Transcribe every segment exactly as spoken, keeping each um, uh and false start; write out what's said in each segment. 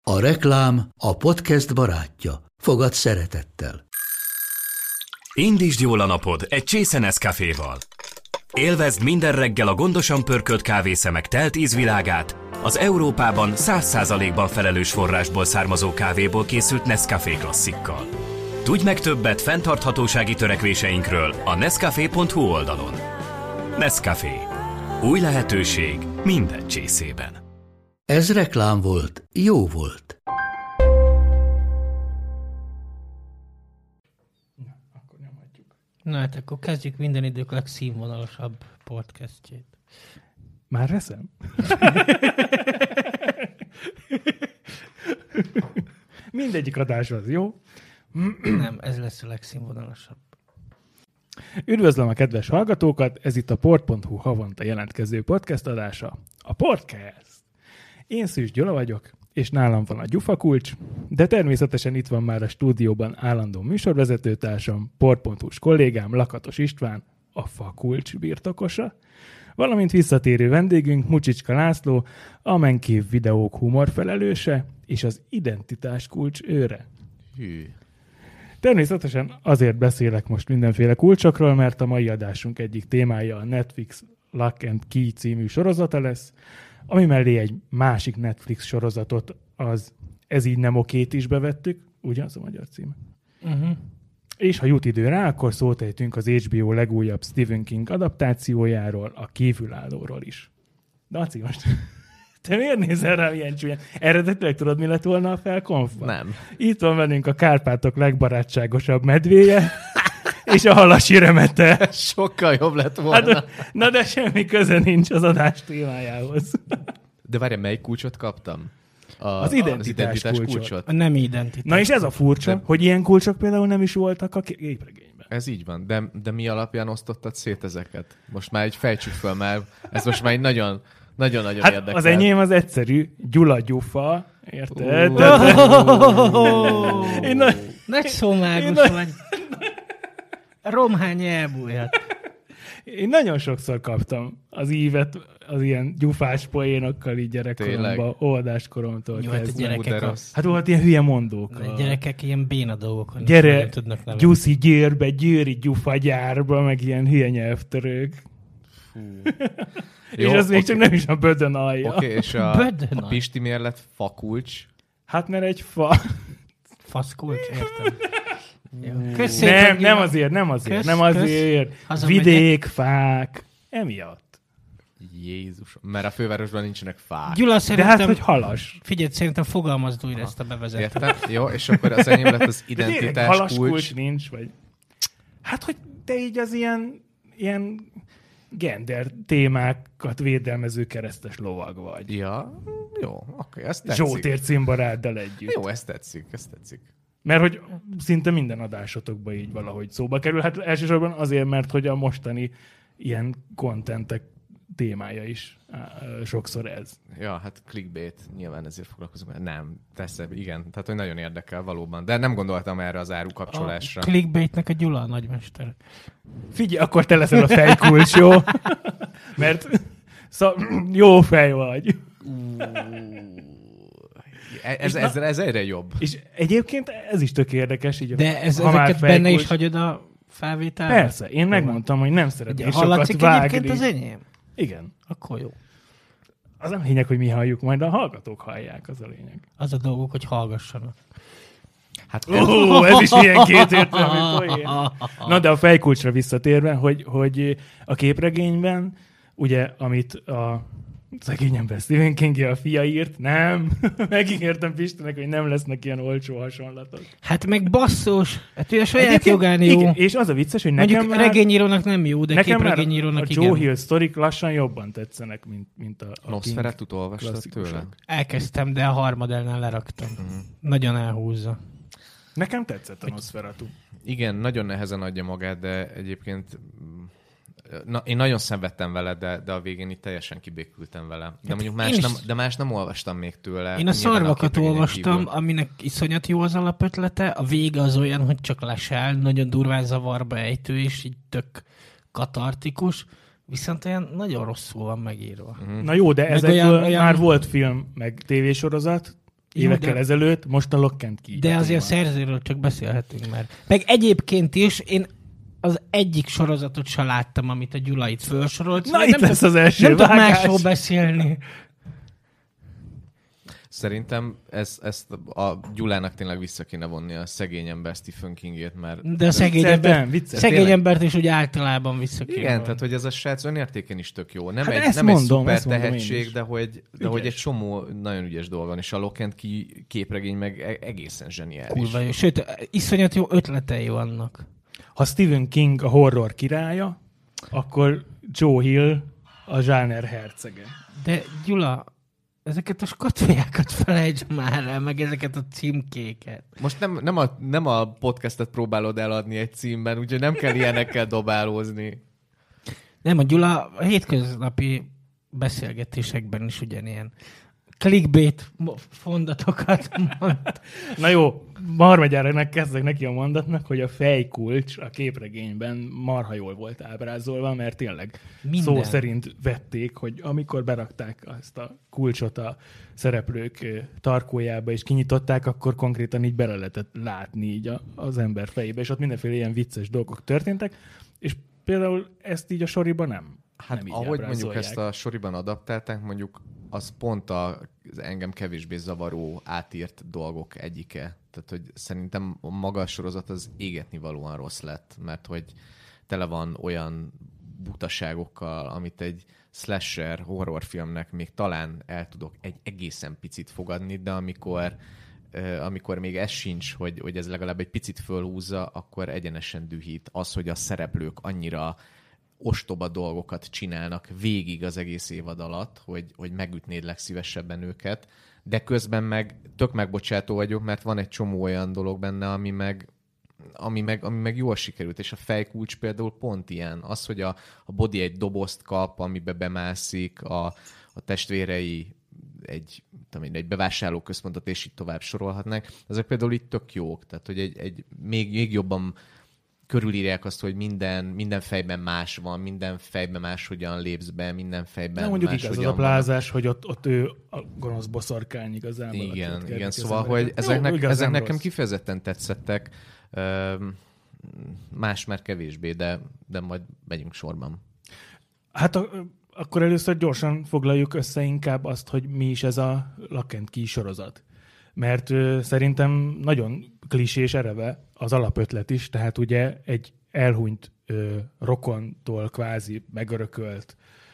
A reklám a podcast barátja. Fogad szeretettel. Indítsd jól a napod egy csésze Nescaféval. Élvezd minden reggel a gondosan pörkölt kávészemek telt ízvilágát, az Európában száz százalékban felelős forrásból származó kávéból készült Nescafé klasszikkal. Tudj meg többet fenntarthatósági törekvéseinkről a nescafé pont hu oldalon. Nescafé. Új lehetőség minden csészében. Ez reklám volt, jó volt. Na, akkor nyomhatjuk. Na hát akkor kezdjük minden idők legszínvonalasabb podcastjét. Már veszem? Mindegyik adás az, jó? Nem, ez lesz a legszínvonalasabb. Üdvözlöm a kedves hallgatókat, ez itt a port pont hu havonta jelentkező podcast adása. A Podcast! Én Szűcs Gyula vagyok, és nálam van a gyufakulcs, de természetesen itt van már a stúdióban állandó műsorvezetőtársam, port pont hu-s kollégám Lakatos István, a fakulcs birtokosa, valamint visszatérő vendégünk Mucsicska László, a Menkév videók humor felelőse, és az identitás kulcs őre. Hű. Természetesen azért beszélek most mindenféle kulcsokról, mert a mai adásunk egyik témája a Netflix Lock and Key című sorozata lesz, ami mellé egy másik Netflix sorozatot, az Ez így nem okét is bevettük, ugyanaz a magyar címe. Uh-huh. És ha jut idő rá, akkor szót ejtünk az há bé o legújabb Stephen King adaptációjáról, a Kívülállóról is. Daci, most te miért nézel rám ilyen csúnyán? Eredetileg tudod, mi lett volna a felkonfa? Nem. Itt van velünk a Kárpátok legbarátságosabb medvéje, és a halasi remete. Sokkal jobb lett volna. Hát, na de semmi köze nincs az adás témájához. De várj, melyik kulcsot kaptam? A, Az identitás, az identitás kulcsot. kulcsot. A nem identitás. Na és ez a furcsa, De... hogy ilyen kulcsok például nem is voltak a képregényben. Ez így van, de, de mi alapján osztottad szét ezeket? Most már egy fejtsük föl, mert ez most már egy nagyon, nagyon-nagyon Hát érdekel. az enyém az egyszerű, Gyula Gyufa, érted? Uh. Oh, Én na- Nagy szómágus Én na- vagy. Romhány elbújhat. Én nagyon sokszor kaptam az ívet az ilyen gyufás poénokkal így gyerekkoromban, óvodáskoromtól Jó, hát a kezdve. gyerekek, a, Hát volt ilyen hülye mondók. a gyerekek ilyen béna dolgokon Gyere, nem tudnak nevetni. Gyuszi Győrbe, Győri gyufagyárba, meg ilyen hülye nyelvtörők. És Jó, az még oké. csak nem is a bödön alja. Oké, okay, és a, Bödön a alja. Pisti miért lett fakulcs? Hát mert egy fa. Faszkulcs, értem. Jó. Köszönjük, Nem, hogy nem ilyen- azért, nem azért, Kösz, nem azért. Hazamegyek. Vidék, fák, emiatt. Jézus, mert a fővárosban nincsenek fák. Gyula, De szerintem... hát, hogy halas. Figyelj, szerintem fogalmazd újra ezt a bevezetőt. Értem? Jó, és akkor az enyém lett az De tényleg identitás halas kulcs. kulcs. nincs, vagy... Hát, hogy te így az ilyen, ilyen gender témákat védelmező keresztes lovag vagy. Ja, jó, oké, ezt tetszik. Zsótér cimbaráddal együtt. Jó, ezt tetszik, ezt tetszik. Mert hogy szinte minden adásotokban így valahogy szóba kerül. Hát elsősorban azért, mert hogy a mostani ilyen kontentek témája is á, sokszor ez. Ja, hát clickbait, nyilván ezért foglalkozunk, mert nem, tesz, igen, tehát hogy nagyon érdekel valóban, de nem gondoltam erre az árukapcsolásra. A clickbaitnek a Gyula a nagymester. Figyelj, akkor te leszel a fejkulcs, jó? Mert szó, jó fej vagy. Ez, ez, ez egyre jobb. És egyébként ez is tök érdekes. Így, De ez, ha már ezeket benne is fejkulcs- hagyod a felvételben? Persze, én megmondtam, hogy nem szeretnék Ugye, sokat hallatszik vágni. egyébként az enyém? Igen. Akkor jó. Az nem lényeg, hogy mi halljuk, majd a hallgatók hallják, az a lényeg. Az a dolguk, hogy hallgassanak. Hát Ó, oh, ez is ilyen kétértelmű poén. Na, de a fejkulcsra visszatérve, hogy, hogy a képregényben, ugye, amit a szegény ember Stephen King a fia írt, nem, megígértem Pistinek, hogy nem lesznek ilyen olcsó hasonlatok. Hát meg basszus, hát ő a saját Egyébként jogán jó. igen, és az a vicces, hogy nekem Mondjuk már, regényírónak nem jó, de nekem már a képregényírónak Joe igen. Hill sztorik lassan jobban tetszenek, mint, mint a, a King Nosferatu-t olvastad klasszikusok. tőle? Elkezdtem, de a harmadánál leraktam. Uh-huh. Nagyon elhúzza. Nekem tetszett a Nosferatu. Igen, nagyon nehezen adja magát, de egyébként na, én nagyon szenvedtem vele, de, de a végén itt teljesen kibékültem vele. De mondjuk más én nem, is- de más nem olvastam még tőle. Én a Nyilván szarvakat képregényen olvastam, kívül. aminek iszonyat jó az alapötlete, a vége az olyan, hogy csak lesel, nagyon durván zavarba ejtő, és így tök katartikus, viszont olyan nagyon rosszul van megírva. Mhm. Na jó, de Meg ezekből olyan- olyan- már volt film, meg tévésorozat, évekkel de... ezelőtt, most a Lock and Key. De azért a szerzőről csak beszélhetünk már. Meg egyébként is én az egyik sorozatot se láttam, amit a Gyula itt felsorolt. Na, itt nem lesz az első Nem tudok vágás. másról beszélni. Szerintem ez, ezt a Gyulának tényleg vissza kéne vonni a szegény ember Stephen Kingét, mert... De a szegény, Vicceltem, ember, vicceltem. szegény Tényleg. embert is úgy általában vissza kéne Igen, vonni. tehát hogy ez a srác önértéken is tök jó. Nem Hát egy, ezt nem mondom, egy szuper ezt mondom én tehetség, is. de hogy, de Ügyes. hogy egy csomó nagyon ügyes dolga van, és a Lock and Key képregény meg e- egészen zseniális. Kurva jó. Sőt, iszonyat jó ötletei vannak. Ha Stephen King a horror királya, akkor Joe Hill a zsáner hercege. De Gyula, ezeket a skatujákat felejtsd már el, meg ezeket a címkéket. Most nem, nem, a, nem a podcastet próbálod eladni egy címben, úgyhogy nem kell ilyenekkel dobálózni. Nem, a Gyula a hétköznapi beszélgetésekben is ugyanilyen clickbait mo- fondatokat mond. Na jó, marmegyára kezdek neki a mondatnak, hogy a fejkulcs a képregényben marha jól volt ábrázolva, mert tényleg Minden. szó szerint vették, hogy amikor berakták azt a kulcsot a szereplők ö, tarkójába és kinyitották, akkor konkrétan így bele lehetett látni így a, az ember fejébe, és ott mindenféle ilyen vicces dolgok történtek, és például ezt így a soriban nem. Hát nem így ahogy mondjuk ábrázolják. ezt a soriban adaptálták, mondjuk az pont a, az engem kevésbé zavaró átírt dolgok egyike. Tehát, hogy szerintem a maga a sorozat az égetni valóan rossz lett, mert hogy tele van olyan butaságokkal, amit egy slasher horrorfilmnek még talán el tudok egy egészen picit fogadni, de amikor Uh, amikor még ez sincs, hogy, hogy ez legalább egy picit fölhúzza, akkor egyenesen dühít. Az, hogy a szereplők annyira ostoba dolgokat csinálnak végig az egész évad alatt, hogy, hogy megütnéd legszívesebben őket, de közben meg tök megbocsátó vagyok, mert van egy csomó olyan dolog benne, ami meg, ami meg, ami meg jól sikerült, és a fejkulcs például pont ilyen. Az, hogy a, a body egy dobozt kap, amibe bemászik, a, a testvérei egy, tudom, egy bevásárlóközpontot, és így tovább sorolhatnak. Ezek például itt tök jók, tehát hogy egy, egy még, még jobban körülírják azt, hogy minden, minden fejben más van, minden fejben máshogyan lépsz be, minden fejben Nem mondjuk igaz, az máshogyan a plázás, hogy ott, ott ő a gonosz boszorkány igazából. Igen, aki igen, az szóval, embereket. hogy ezeknek, Jó, igaz, ezek nem nekem rossz. kifejezetten tetszettek, Üm, más már kevésbé, de, de majd megyünk sorban. Hát a, akkor először gyorsan foglaljuk össze inkább azt, hogy mi is ez a Lock and Key sorozat. Mert ö, szerintem nagyon klisés ereve az alapötlet is, tehát ugye egy elhunyt ö, rokontól kvázi megörökölt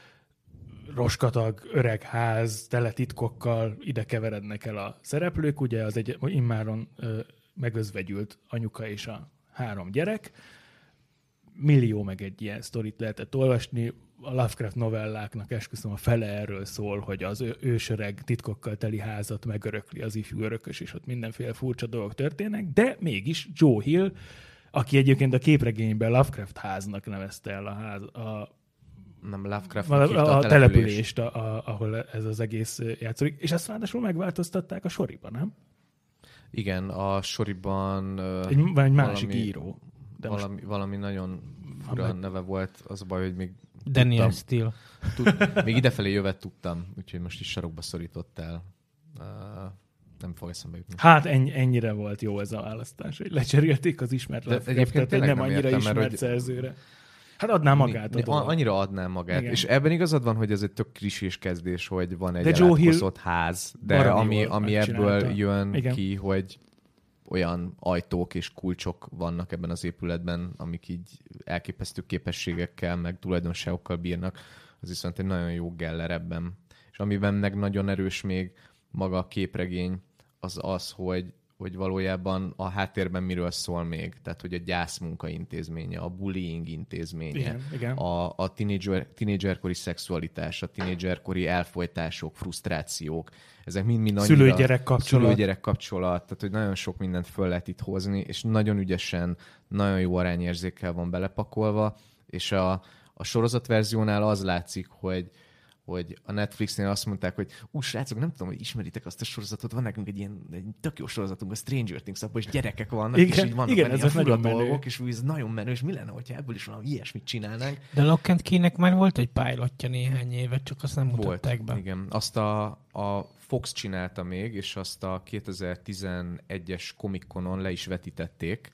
roskatag öreg ház tele titkokkal ide keverednek el a szereplők, ugye az egy immáron ö, megözvegyült anyuka és a három gyerek. Millió meg egy ilyen sztorit lehetett olvasni, a Lovecraft novelláknak esküszöm a fele erről szól, hogy az ő- ősöreg titkokkal teli házat megörökli az ifjú örökös, és ott mindenféle furcsa dolgok történnek, de mégis Joe Hill, aki egyébként a képregényben Lovecraft háznak nevezte el a, ház, a, Nem Lovecraft a, hívta a, a települést. települést, a, a, ahol ez az egész játszódik, és ezt ráadásul megváltoztatták a soriban, nem? Igen, a soriban ö, Egy, van egy másik valami- író. De most valami, valami nagyon fura meg- neve volt, az a baj, hogy még Daniel tudtam, Steele. tud, még idefelé jövet tudtam, úgyhogy most is sarokba szorítottál. Uh, nem fog eszembe jutni. Hát ennyi, ennyire volt jó ez a választás, hogy lecserélték az ismert De Lovecraftet egyébként egy tényleg nem nem annyira értem, ismert mert hogy- szerzőre. Hát adná magát Mi- a mi- dolog. Annyira adná magát. Igen. És ebben igazad van, hogy ez egy tök klisés kezdés, hogy van egy De Joe Hill elátkozott ház, de baromi ami, jól ami megcsinálta. ebből jön Igen. ki, hogy olyan ajtók és kulcsok vannak ebben az épületben, amik így elképesztő képességekkel, meg tulajdonságokkal bírnak, az viszont egy nagyon jó geller ebben. És amiben meg nagyon erős még maga a képregény, az az, hogy, hogy valójában a háttérben miről szól még. Tehát, hogy a gyászmunka intézménye, a bullying intézménye, Igen, igen. a, a tínédzser, tínédzserkori szexualitás, a tínédzserkori elfojtások, frusztrációk, ezek mind-mind annyira... Szülő-gyerek kapcsolat. Szülő-gyerek kapcsolat, tehát hogy nagyon sok mindent föl lehet itt hozni, és nagyon ügyesen, nagyon jó arányérzékkel van belepakolva, és a, a sorozatverziónál az látszik, hogy, hogy a Netflixnél azt mondták, hogy ú, srácok, nem tudom, hogy ismeritek azt a sorozatot, van nekünk egy ilyen egy tök jó sorozatunk, a Stranger Things, abban is gyerekek vannak, igen, és így vannak igen, benne ez ilyen nagyon fura menő. dolgok, és úgy, ez nagyon menő, és mi lenne, hogyha ebből is valami ilyesmit csinálnánk. De Lock and Key-nek már volt egy pilotja néhány évet, csak azt nem mutatták Volt, be. igen. Azt a, a Fox csinálta még, és azt a kétezer-tizenegyes Comic-Conon le is vetítették,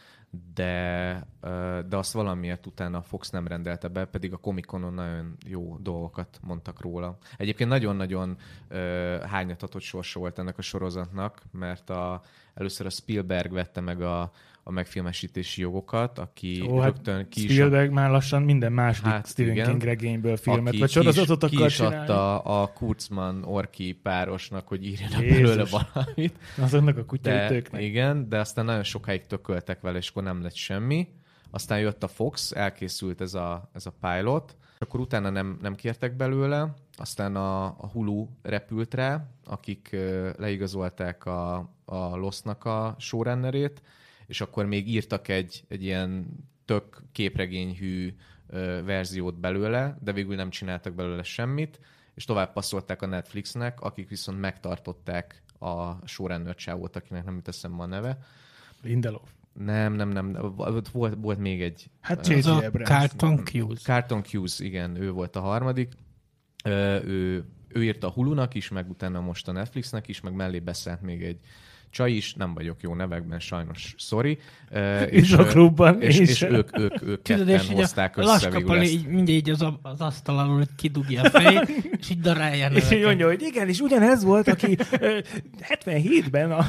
de, de azt valamiért utána a Fox nem rendelte be, pedig a Comic-Conon nagyon jó dolgokat mondtak róla. Egyébként nagyon-nagyon uh, hányatatott sorsa volt ennek a sorozatnak, mert a, először a Spielberg vette meg a, a megfilmesítési jogokat, aki Ó, rögtön hát ki is... Spielberg már lassan minden második Hát Stephen igen. King regényből filmet, aki vagy sorozatot ki is, akar ki is csinálni. adta a Kurtzman-Orki párosnak, hogy írjanak Jézus. belőle valamit. Azoknak a De, kutyaütőknek. igen, de aztán nagyon sokáig tököltek vele, és akkor nem lett semmi. Aztán jött a Fox, elkészült ez a, ez a pilot, akkor utána nem, nem kértek belőle, aztán a, a Hulu repült rá, akik uh, leigazolták a, a Lost-nak a showrunnerét, és akkor még írtak egy, egy ilyen tök képregényhű uh, verziót belőle, de végül nem csináltak belőle semmit, és tovább passzolták a Netflixnek, akik viszont megtartották a showrunner csávót, akinek nem jut eszembe a neve. Lindelof. Nem, nem, nem. Volt, volt még egy... Hát uh, Ez a Abrams. Carlton Cuse. Carlton Cuse, igen, ő volt a harmadik. Uh, ő, ő írta a Hulunak is, meg utána most a Netflixnek is, meg mellé beszélt még egy csaj is, nem vagyok jó nevekben, sajnos, sorry. Uh, És a klubban és, én és sem. ők, ők, ők Tudod, ketten és így hozták a össze végül laskapali ezt. így mindjárt így az, a- az asztal alól hogy kidugja a fejét, és így darálja És így neveket. mondja, hogy igen, és ugyanez volt, aki ö, hetvenhétben a...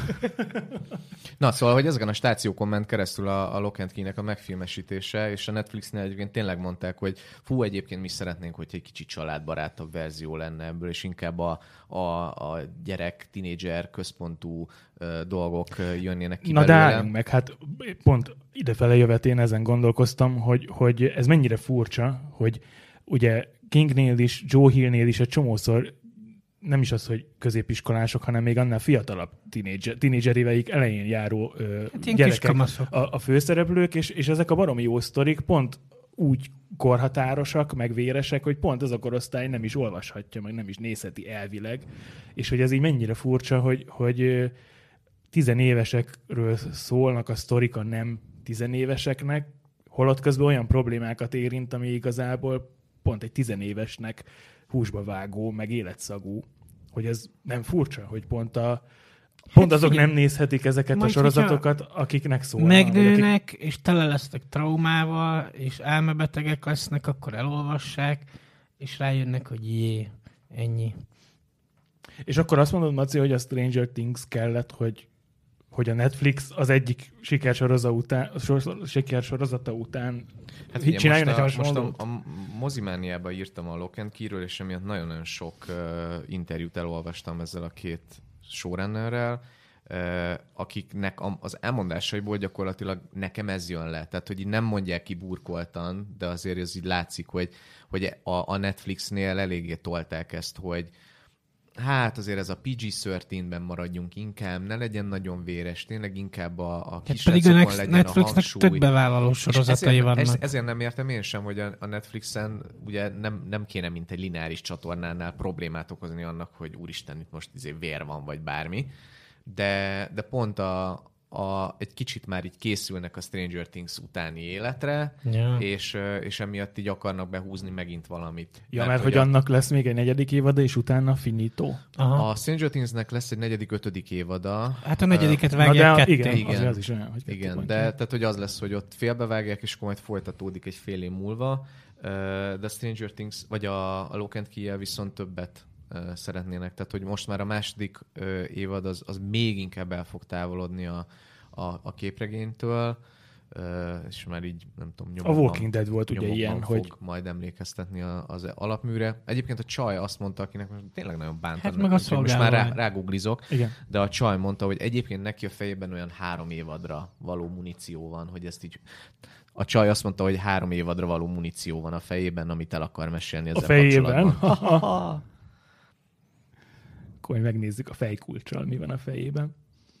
Na, szóval, hogy ezeken a stációkon ment keresztül a, a Lock and Key-nek a megfilmesítése, és a Netflixnél egyébként tényleg mondták, hogy fú, egyébként mi szeretnénk, hogy egy kicsit családbarátabb verzió lenne ebből, és inkább a, a, a gyerek, tinédzser központú uh, dolgok uh, jönnének ki Na de belőle. álljunk meg, hát pont idefele jövet én ezen gondolkoztam, hogy, hogy ez mennyire furcsa, hogy ugye Kingnél is, Joe Hillnél is egy csomószor nem is az, hogy középiskolások, hanem még annál fiatalabb tínédzser, tínédzser éveik elején járó ö, Hát ilyen gyerekek kiskamaszok. a, a főszereplők, és, és ezek a baromi jó sztorik pont úgy korhatárosak, meg véresek, hogy pont ez a korosztály nem is olvashatja, meg nem is nézheti elvileg, és hogy ez így mennyire furcsa, hogy, hogy ö, tizenévesekről szólnak a sztorik a nem tizenéveseknek, holott közben olyan problémákat érint, ami igazából pont egy tizenévesnek húsba vágó, meg életszagú. Hogy ez nem furcsa, hogy pont a pont azok figyelj, nem nézhetik ezeket a majd, sorozatokat, akiknek szólnak. Megnőnek, és tele lesznek traumával, és elmebetegek lesznek, akkor elolvassák, és rájönnek, hogy jé, ennyi. És akkor azt mondod, Maci, hogy a Stranger Things kellett, hogy, hogy a Netflix az egyik sikersorozata után, sor- sikersorozata után Hát így ugye csináljon egy most, a, most hasonlót. a, a Mozimániában írtam a Lock and Key-ről, és emiatt nagyon-nagyon sok uh, interjút elolvastam ezzel a két showrunnerrel, uh, akiknek a, az elmondásaiból gyakorlatilag nekem ez jön le. Tehát, hogy így nem mondják ki burkoltan, de azért ez így látszik, hogy, hogy a, a Netflixnél eléggé tolták ezt, hogy hát azért ez a pé gé tizenhárom-ben maradjunk inkább, ne legyen nagyon véres, tényleg inkább a, a Hát kis pedig a srácokon legyen a Netflixnek hangsúly. több bevállaló És sorozatai ezért, vannak. ez, ezért nem értem én sem, hogy a, a Netflixen ugye nem, nem kéne, mint egy lineáris csatornánál problémát okozni annak, hogy úristen, itt most izé vér van, vagy bármi. De, de pont a, a, egy kicsit már így készülnek a Stranger Things utáni életre, Ja. és, és emiatt így akarnak behúzni megint valamit. Ja, mert, mert hogy a, annak lesz még egy negyedik évada, és utána finito. Aha. a Stranger Thingsnek lesz egy negyedik, ötödik évada. Hát a negyediket Na vágják de ketté. igen, Igen. Az, az is olyan, hogy kettő Igen, van de ki. tehát, hogy az lesz, hogy ott félbevágják, és akkor majd folytatódik egy fél év múlva. De Stranger Things, vagy a, a Lock and Key-jel viszont többet szeretnének. Tehát, hogy most már a második évad az, az még inkább el fog távolodni a, a, a képregénytől, és már így, nem tudom, A nyomokban, Walking Dead volt ugye nyomokban ilyen, fog hogy majd emlékeztetni a, az alapműre. Egyébként a csaj azt mondta, akinek most tényleg nagyon bántad. Hát meg a most már rá, szolgáló. rágooglizok, igen. de a csaj mondta, hogy egyébként neki a fejében olyan három évadra való muníció van, hogy ezt így... A csaj azt mondta, hogy három évadra való muníció van a fejében, amit el akar mesélni A ezzel fejében. kapcsolatban. Akkor megnézzük a fejkulccsal, mi van a fejében.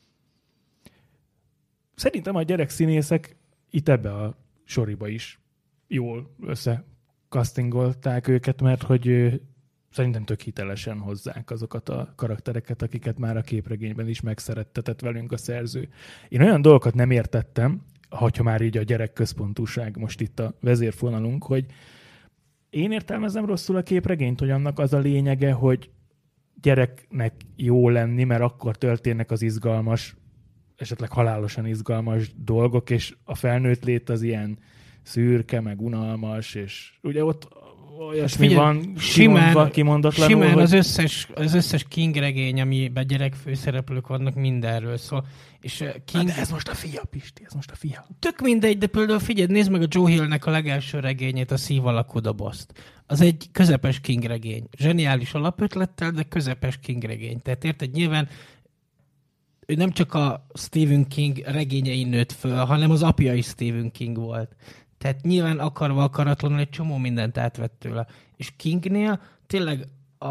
Szerintem a gyerekszínészek itt ebbe a soriba is jól összekasztingolták őket, mert hogy ö, szerintem tök hitelesen hozzák azokat a karaktereket, akiket már a képregényben is megszerettetett velünk a szerző. Én olyan dolgokat nem értettem, hogyha már így a gyerekközpontúság most itt a vezérfonalunk, hogy én értelmezem rosszul a képregényt, hogy annak az a lényege, hogy gyereknek jó lenni, mert akkor történnek az izgalmas, esetleg halálosan izgalmas dolgok, és a felnőtt lét az ilyen szürke, meg unalmas, és ugye ott olyasmi Figyelj, van simán, kimondva, kimondatlanul, simán hogy... az, összes, az összes King regény, amiben gyerekfőszereplők vannak, mindenről szól. És King... de ez most a fia, Pisti, ez most a fia. Tök mindegy, de például figyelj, nézd meg a Joe Hillnek a legelső regényét, a Szív alakú dobozt. Az egy közepes King regény. Zseniális alapötlettel, de közepes King regény. Tehát érted, nyilván ő nem csak a Stephen King regényein nőtt föl, hanem az apja is Stephen King volt. Tehát nyilván akarva akaratlanul egy csomó mindent átvett tőle. És Kingnél tényleg a...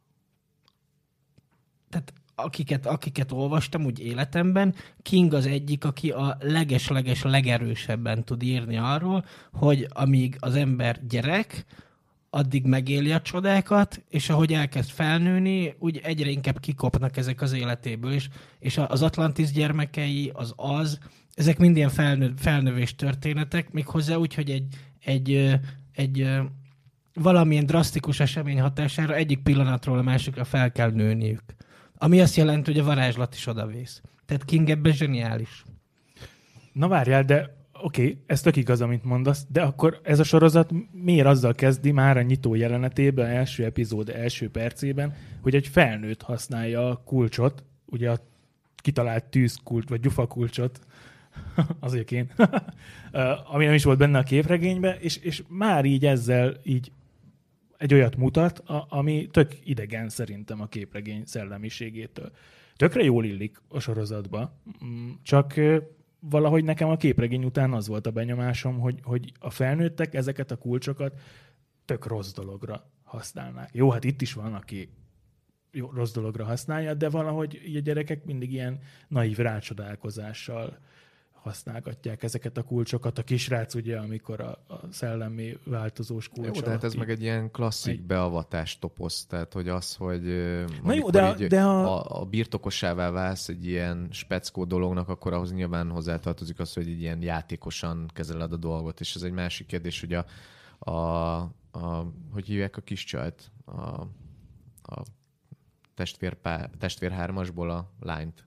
Tehát akiket, akiket olvastam úgy életemben, King az egyik, aki a leges-leges legerősebben tud írni arról, hogy amíg az ember gyerek, addig megéli a csodákat, és ahogy elkezd felnőni, úgy egyre inkább kikopnak ezek az életéből. És, és az Atlantis gyermekei, az az, ezek mind ilyen felnő, felnövés történetek, méghozzá úgy, hogy egy, egy, egy valamilyen drasztikus esemény hatására egyik pillanatról a másikra fel kell nőniük. Ami azt jelenti, hogy a varázslat is odavész. Tehát King ebben zseniális. Na várjál, de oké, okay, ez tök igaz, amit mondasz, de akkor ez a sorozat miért azzal kezdi már a nyitó jelenetében, első epizód első percében, hogy egy felnőtt használja a kulcsot, ugye a kitalált tűzkulcs, vagy gyufakulcsot, azért én, ami nem is volt benne a képregényben, és, és már így ezzel így egy olyat mutat, a, ami tök idegen szerintem a képregény szellemiségétől. Tökre jól illik a sorozatba, csak valahogy nekem a képregény után az volt a benyomásom, hogy, hogy a felnőttek ezeket a kulcsokat tök rossz dologra használnák. Jó, hát itt is van, aki jó, rossz dologra használja, de valahogy a gyerekek mindig ilyen naív rácsodálkozással használgatják ezeket a kulcsokat. A kisrác ugye, amikor a, a szellemi változós kulcs. Jó, de hát ez meg egy ilyen klasszik egy... beavatás toposz, tehát hogy az, hogy Na jó, de, így, de a... a, a birtokosává válsz egy ilyen speckó dolognak, akkor ahhoz nyilván hozzátartozik az, hogy egy ilyen játékosan kezeled a dolgot, és ez egy másik kérdés, hogy a, a, a hogy hívják a kis csajt? A, a testvér, pá, testvér hármasból a lányt.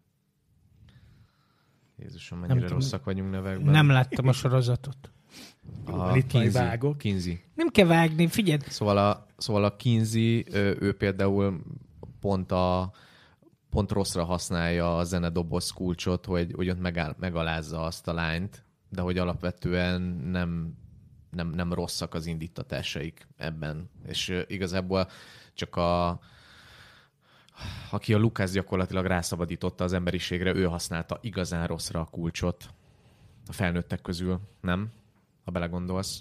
Jézusom, mennyire nem rosszak tudom, vagyunk nevekben. Nem láttam a sorozatot. A Kinsey. Kinsey. Nem kell vágni, figyelj. Szóval a, szóval a Kinsey, ő, ő például pont, a, pont rosszra használja a zenedoboz kulcsot, hogy, hogy ott megáll, megalázza azt a lányt, de hogy alapvetően nem, nem, nem rosszak az indítatásaik ebben. És uh, igazából csak a aki a Lucas gyakorlatilag rászabadította az emberiségre, ő használta igazán rosszra a kulcsot a felnőttek közül, nem? Ha belegondolsz.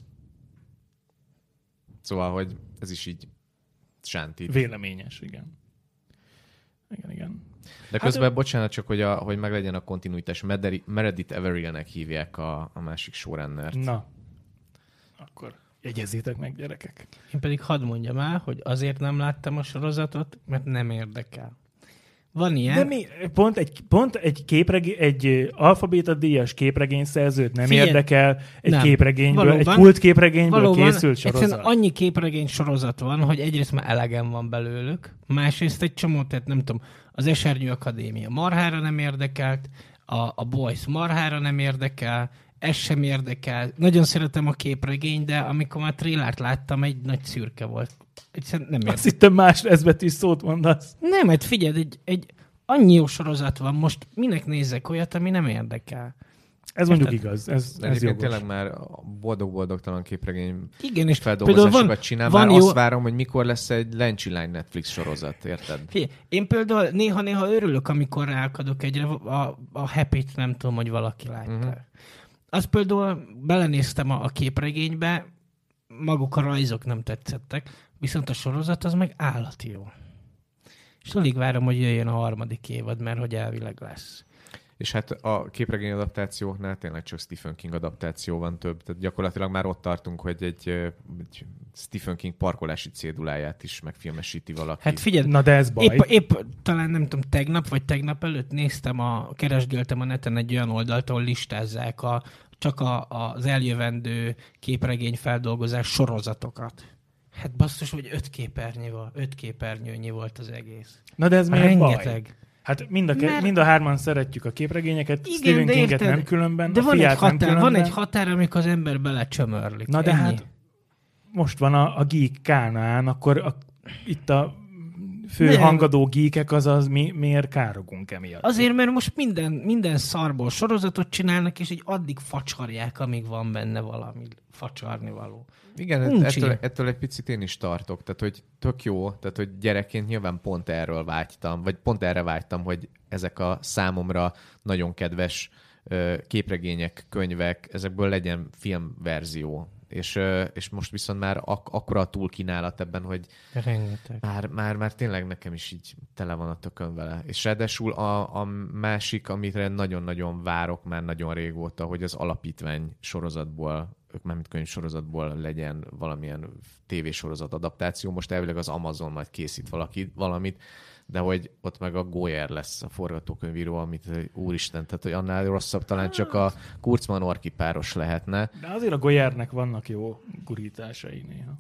Szóval, hogy ez is így sántít. Véleményes, igen. Igen, igen. De közben, hát, bocsánat, csak hogy, a, hogy meglegyen a kontinuitás, Meredith Averynek hívják a, a másik showrunnert. Na, akkor jegyezzétek meg, gyerekek. Én pedig hadd mondjam el, hogy azért nem láttam a sorozatot, mert nem érdekel. Van ilyen. De mi, pont egy, pont egy, képregé, egy alfabéta díjas képregényszerzőt nem Figyelj, érdekel egy nem. képregényből, valóban, egy kult képregényből valóban, készült sorozat. Egyszerűen annyi képregény sorozat van, hogy egyrészt már elegem van belőlük, másrészt egy csomó, tehát nem tudom, az Esernyő Akadémia marhára nem érdekelt, a, a Boys marhára nem érdekel, ez sem érdekel. Nagyon szeretem a képregényt, de amikor már trélert láttam, egy nagy szürke volt. Egyszerűen nem érdekel. Azt hittem más ezbetűs szót mondasz. Nem, hát figyelj, egy, egy annyi jó sorozat van, most minek nézzek olyat, ami nem érdekel. Ez mondjuk igaz, ez, ez jogos. Tényleg már boldog-boldogtalan képregény igen, és feldolgozásokat csinál. Már jó... azt várom, hogy mikor lesz egy Lencsi Lány Netflix sorozat, érted? Figyelj, én például néha-néha örülök, amikor ráakadok egyre, a, a Happy-t nem tudom, hogy valaki látta. Uh-huh. Azt például belenéztem a, a képregénybe, maguk a rajzok nem tetszettek, viszont a sorozat az meg állati jó. És alig várom, hogy jöjjön a harmadik évad, mert hogy elvileg lesz. És hát a képregény adaptációknál tényleg csak Stephen King adaptáció van több. Tehát gyakorlatilag már ott tartunk, hogy egy, egy Stephen King parkolási céduláját is megfilmesíti valaki. Hát figyelj, Na de ez baj. épp, épp talán nem tudom, tegnap vagy tegnap előtt néztem, a, keresgéltem a neten egy olyan oldalt, ahol listázzák a, csak a, az eljövendő képregény feldolgozás sorozatokat. Hát basszus, hogy öt képernyő volt, öt képernyőnyi volt az egész. Na de ez miért Rengeteg. baj? Hát mind a, ke- Mert- mind a hárman szeretjük a képregényeket, Igen, Stephen de Kinget érted? nem különben, De a van egy, fiát nem határ, különben. van egy határ, amikor az ember belecsömörlik. Na de Ennyi. hát most van a, a geek Kánaán, akkor a, itt a fő Nem. hangadó geekek, azaz mi, miért károgunk emiatt? Azért, mert most minden, minden szarból sorozatot csinálnak, és így addig facsarják, amíg van benne valami facsarni való. Igen, Uncsi. ettől, ettől egy picit én is tartok. Tehát, hogy tök jó, tehát, hogy gyerekként nyilván pont erről vágytam, vagy pont erre vágytam, hogy ezek a számomra nagyon kedves ö, képregények, könyvek, ezekből legyen filmverzió. És, ö, és most viszont már ak- akkora a túlkínálat ebben, hogy Rengeteg. már, már, már tényleg nekem is így tele van a tökön vele. És ráadásul a, a másik, amire nagyon-nagyon várok már nagyon régóta, hogy az Alapítvány sorozatból, ők már mint könyvsorozatból legyen valamilyen tévésorozat adaptáció. Most elvileg az Amazon majd készít valaki, valamit, de hogy ott meg a Goyer lesz a forgatókönyvíró, amit úristen, tehát hogy annál rosszabb talán csak a Kurtzman-Orki páros lehetne. De azért a Goyernek vannak jó gurításai néha.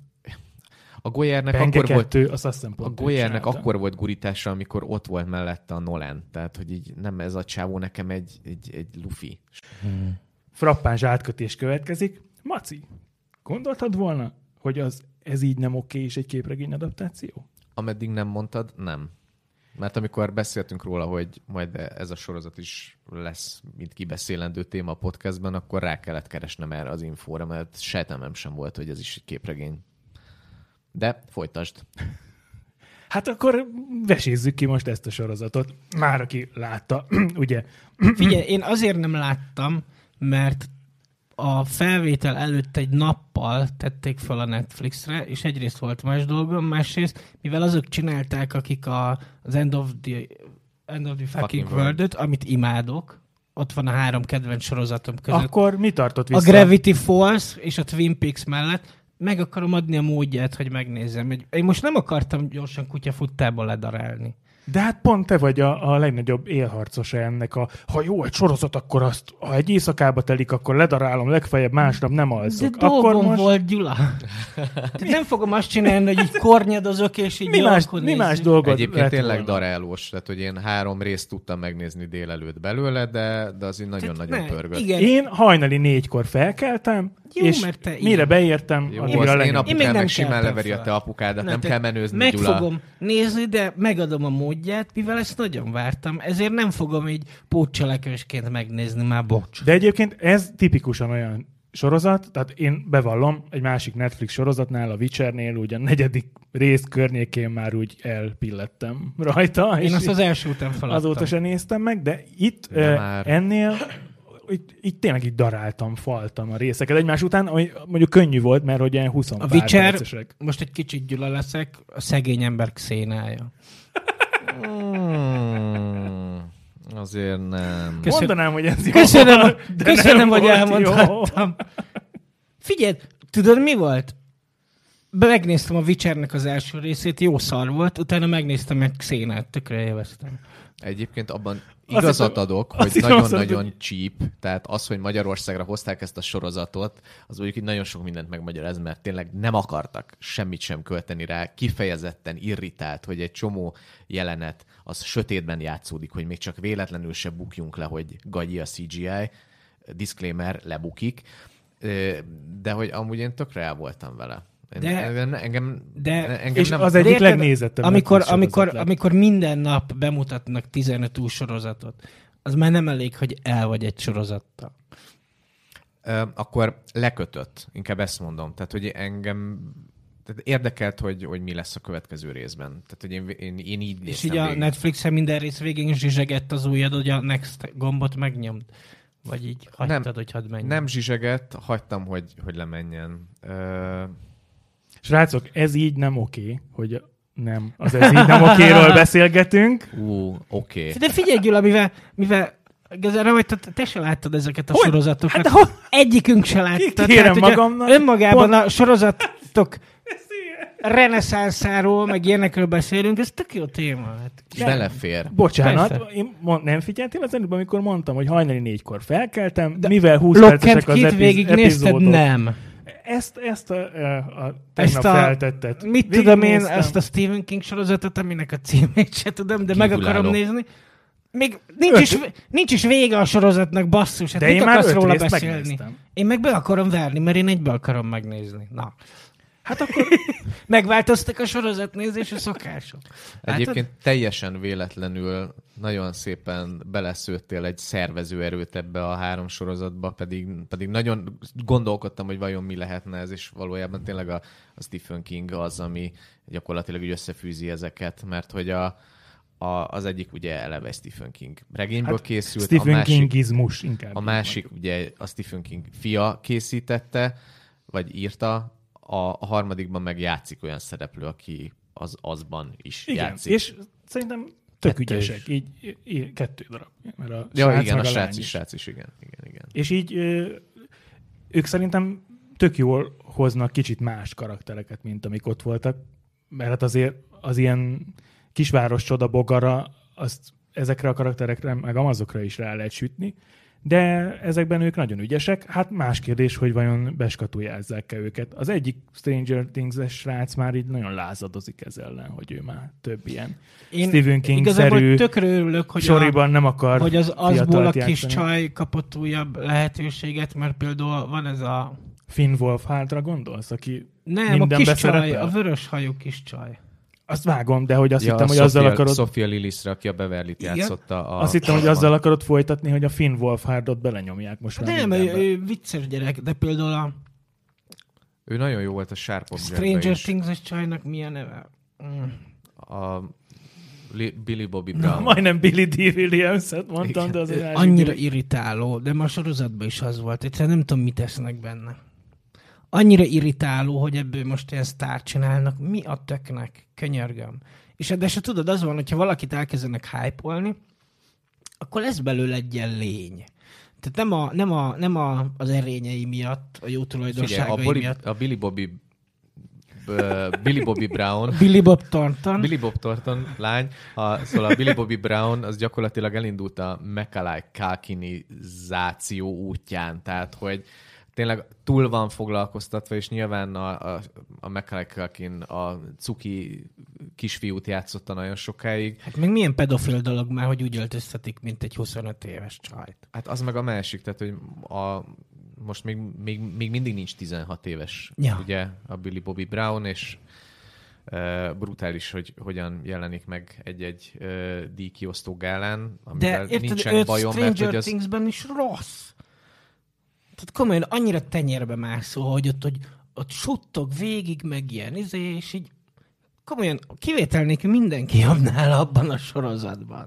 A Goyernek Penge akkor volt... kettő, azt azt hiszem A pont ő Goyernek csinálta. akkor volt gurítása, amikor ott volt mellette a Nolan. Tehát, hogy így nem ez a csávó nekem egy, egy, egy lufi. Frappáns átkötés következik. Maci, gondoltad volna, hogy az ez így nem oké és egy képregény adaptáció? Ameddig nem mondtad, nem. Mert amikor beszéltünk róla, hogy majd ez a sorozat is lesz, mint kibeszélendő téma a podcastben, akkor rá kellett keresnem erre az infóra, mert sejtelmem sem volt, hogy ez is egy képregény. De folytasd. Hát akkor vesézzük ki most ezt a sorozatot. Már aki látta, ugye? Figyelj, én azért nem láttam, mert a felvétel előtt egy nappal tették fel a Netflixre, és egyrészt volt más dolgom, másrészt, mivel azok csinálták, akik a, az End of the, End of the Fucking, Fucking World-öt, amit imádok, ott van a három kedvenc sorozatom között. Akkor mi tartott A vissza? Gravity Falls és a Twin Peaks mellett meg akarom adni a módját, hogy megnézzem. Én most nem akartam gyorsan kutyafuttába ledarálni. De hát pont te vagy a, a legnagyobb élharcosa ennek a, ha jó egy sorozat, akkor azt, ha egy éjszakába telik, akkor ledarálom, legfeljebb másnap nem De alszok. dolgom Akkor most volt, Gyula. Tehát nem fogom azt csinálni, hogy így kornyadozok, és így mi jó, más, akkor mi más nézzük. dolgot Egyébként lett tényleg volna? darálós, tehát hogy én három részt tudtam megnézni délelőtt belőle, de, de az így nagyon-nagyon ne, pörgött. igen. Én hajnali négykor felkeltem, Jó, és mert te mire ilyen. beértem, Jó, addigra az én lenyomtam. Én még apukám nem meg simán keltem leveri a fel. te apukádat, Na, nem te- kell menőzni, Meg Gyula. fogom nézni, de megadom a módját, mivel ezt nagyon vártam, ezért nem fogom így pótcselekvésként megnézni, már bocs. De egyébként ez tipikusan olyan sorozat, tehát én bevallom, egy másik Netflix sorozatnál, a Witchernél, ugye a negyedik rész környékén már úgy elpillettem rajta. Én és azt az első után feladtam. azóta sem néztem meg, de itt De uh, már. ennél itt, itt tényleg így daráltam, faltam a részeket egymás után, ami mondjuk könnyű volt, mert hogy ilyen húsz A pár Witcher, percesek. most egy kicsit Gyula leszek, a szegény ember xénája. Hmm, azért nem. Köszön- Mondanám, hogy ez jó. Köszönöm, de köszönöm nem hogy volt elmondhattam. Figyelj, tudod mi volt? Megnéztem a Witchernek az első részét, jó szar volt, utána megnéztem egy xénát, tökre élveztem. Egyébként abban Azt igazat hittem- adok, azt hogy hittem azt nagyon-nagyon mondod, cheap, tehát az, hogy Magyarországra hozták ezt a sorozatot, az mondjuk így nagyon sok mindent megmagyaráz, mert tényleg nem akartak semmit sem költeni rá, kifejezetten irritált, hogy egy csomó jelenet az sötétben játszódik, hogy még csak véletlenül se bukjunk le, hogy gagyi a cé gé í, disclaimer, lebukik, de hogy amúgy én tökre el voltam vele. De- engem, engem, de- engem És nem... az De egyik érted, legnézettebb amikor, Netflix amikor, sorozat lett. amikor minden nap bemutatnak tizenöt új sorozatot, az már nem elég, hogy el vagy egy sorozattal. Ö, akkor lekötött, inkább ezt mondom. Tehát, hogy engem tehát érdekelt, hogy, hogy mi lesz a következő részben. Tehát, hogy én, én, én így néztem És így a végig. Netflixen minden rész végén zsizsegett az ujjad, hogy a next gombot megnyomd. Vagy így hagytad, Nem, hogy hadd menjen. Nem zsizsegett, hagytam, hogy, hogy lemenjen. Ö, Srácok, ez így nem oké, hogy nem, az ez így nem okéről beszélgetünk. ú, oké. Okay. De figyelj, Gyula, mivel, mivel Igazán, hogy te, te se láttad ezeket a hogy? sorozatokat. Hát, egyikünk se látta. Kérem magamnak. Önmagában pont... a sorozatok reneszánszáról, meg ilyenekről beszélünk, ez tök jó téma. Hát, belefér. Bocsánat, Persze. én mond, nem figyeltél az előbb, amikor mondtam, hogy hajnali négykor felkeltem, de mivel húsz percesek az epiz- végig nézted, nem. Ezt, ezt a, a, a Ezt tegnap a, feltettet. mit Végig tudom én, néztem. ezt a Stephen King sorozatot, aminek a címét se tudom, de Kívülálló. meg akarom nézni. Még nincs is, nincs is vége a sorozatnak, basszus. Hát de mit én már akarsz öt róla részt beszélni? megnéztem. Én meg be akarom verni, mert én egybe akarom megnézni. Na. Hát akkor Megváltoztak a sorozatnézési szokások. Egyébként Látod? teljesen véletlenül nagyon szépen beleszőttél egy szervezőerőt ebbe a három sorozatba, pedig, pedig nagyon gondolkodtam, hogy vajon mi lehetne ez, és valójában tényleg a, a Stephen King az, ami gyakorlatilag úgy összefűzi ezeket, mert hogy a, a, az egyik ugye eleve Stephen King regényből hát készült, Stephen a másik, Kingizmus inkább. a másik ugye a Stephen King fia készítette, vagy írta, a, a harmadikban meg játszik olyan szereplő, aki az azban is igen, játszik. és szerintem tök Kettő ügyesek. is. Így, így kettő darab. Mert a Ja, srác igen, meg a a srác lány is, srác is, igen, igen, igen. És így ö, ők szerintem tök jól hoznak kicsit más karaktereket, mint amik ott voltak. Mert hát azért az ilyen kisváros csoda bogara, azt ezekre a karakterekre, meg amazokra is rá lehet sütni. De ezekben ők nagyon ügyesek. Hát más kérdés, hogy vajon beskatujázzák-e őket. Az egyik Stranger Things-es srác már így nagyon lázadozik ez ellen, hogy ő már több ilyen Én Stephen King-szerű igazából tökre örülök, hogy, soriban a, nem akar hogy az azból a kis játszani. csaj kapott újabb lehetőséget, mert például van ez a... Finn Wolfhardra gondolsz, aki Nem, a kis csaj, szerepel? a vörös hajú kis csaj. Azt vágom, de hogy azt Ja, hittem, hogy Sophia, azzal akarod... Sophia Lillisre, aki a Beverly-t Igen? játszotta. A Azt hittem, hogy a- azzal akarod folytatni, hogy a Finn Wolfhardot belenyomják most már Nem, ő, mindenbe. ő vicces gyerek, de például a Ő nagyon jó volt a Sharp Objectben Stranger is. Things-es csajnak mi a neve? Mm. A Li- Billy Bobby Na, Brown. majdnem Billy D. Williams-et mondtam, Igen. de az egy másik Annyira Billy. irritáló, de ma a sorozatban is az volt. Egyszerűen nem tudom, mit tesznek benne. Annyira irritáló, hogy ebből most ilyen sztárt csinálnak. Mi a töknek? Könyörgöm. És de se tudod, az van, hogyha valakit elkezdenek hype-olni, akkor lesz belőle egy ilyen lény. Tehát nem, a, nem, a, nem a, az erényei miatt, a jó Figyelj, tulajdonságai a, Boli, miatt. a Billy Bobby b- Billy Bobby Brown Billy Bob Thornton. Billy Bob Thornton lány, a, szóval a Billy Bobby Brown az gyakorlatilag elindult a Macaulay Culkinizáció útján, tehát hogy tényleg túl van foglalkoztatva, és nyilván a, a, a Macaulay Culkin a cuki kisfiút játszotta nagyon sokáig. Hát még milyen pedofil dolog már, hogy úgy öltöztetik, mint egy huszonöt éves csajt. Hát az meg a másik, tehát hogy a, most még, még, még mindig nincs tizenhat éves, Ja. ugye, a Billy Bobby Brown, és uh, brutális, hogy hogyan jelenik meg egy-egy uh, díjkiosztó gálán, De amivel érted, nincsen őt bajom, mert Stranger hogy az... Thingsben is rossz. Tehát komolyan annyira tenyérbe mászó, hogy ott, hogy ott suttog végig, meg ilyen izé, és így komolyan kivétel nélkül mindenki jobb nála abban a sorozatban.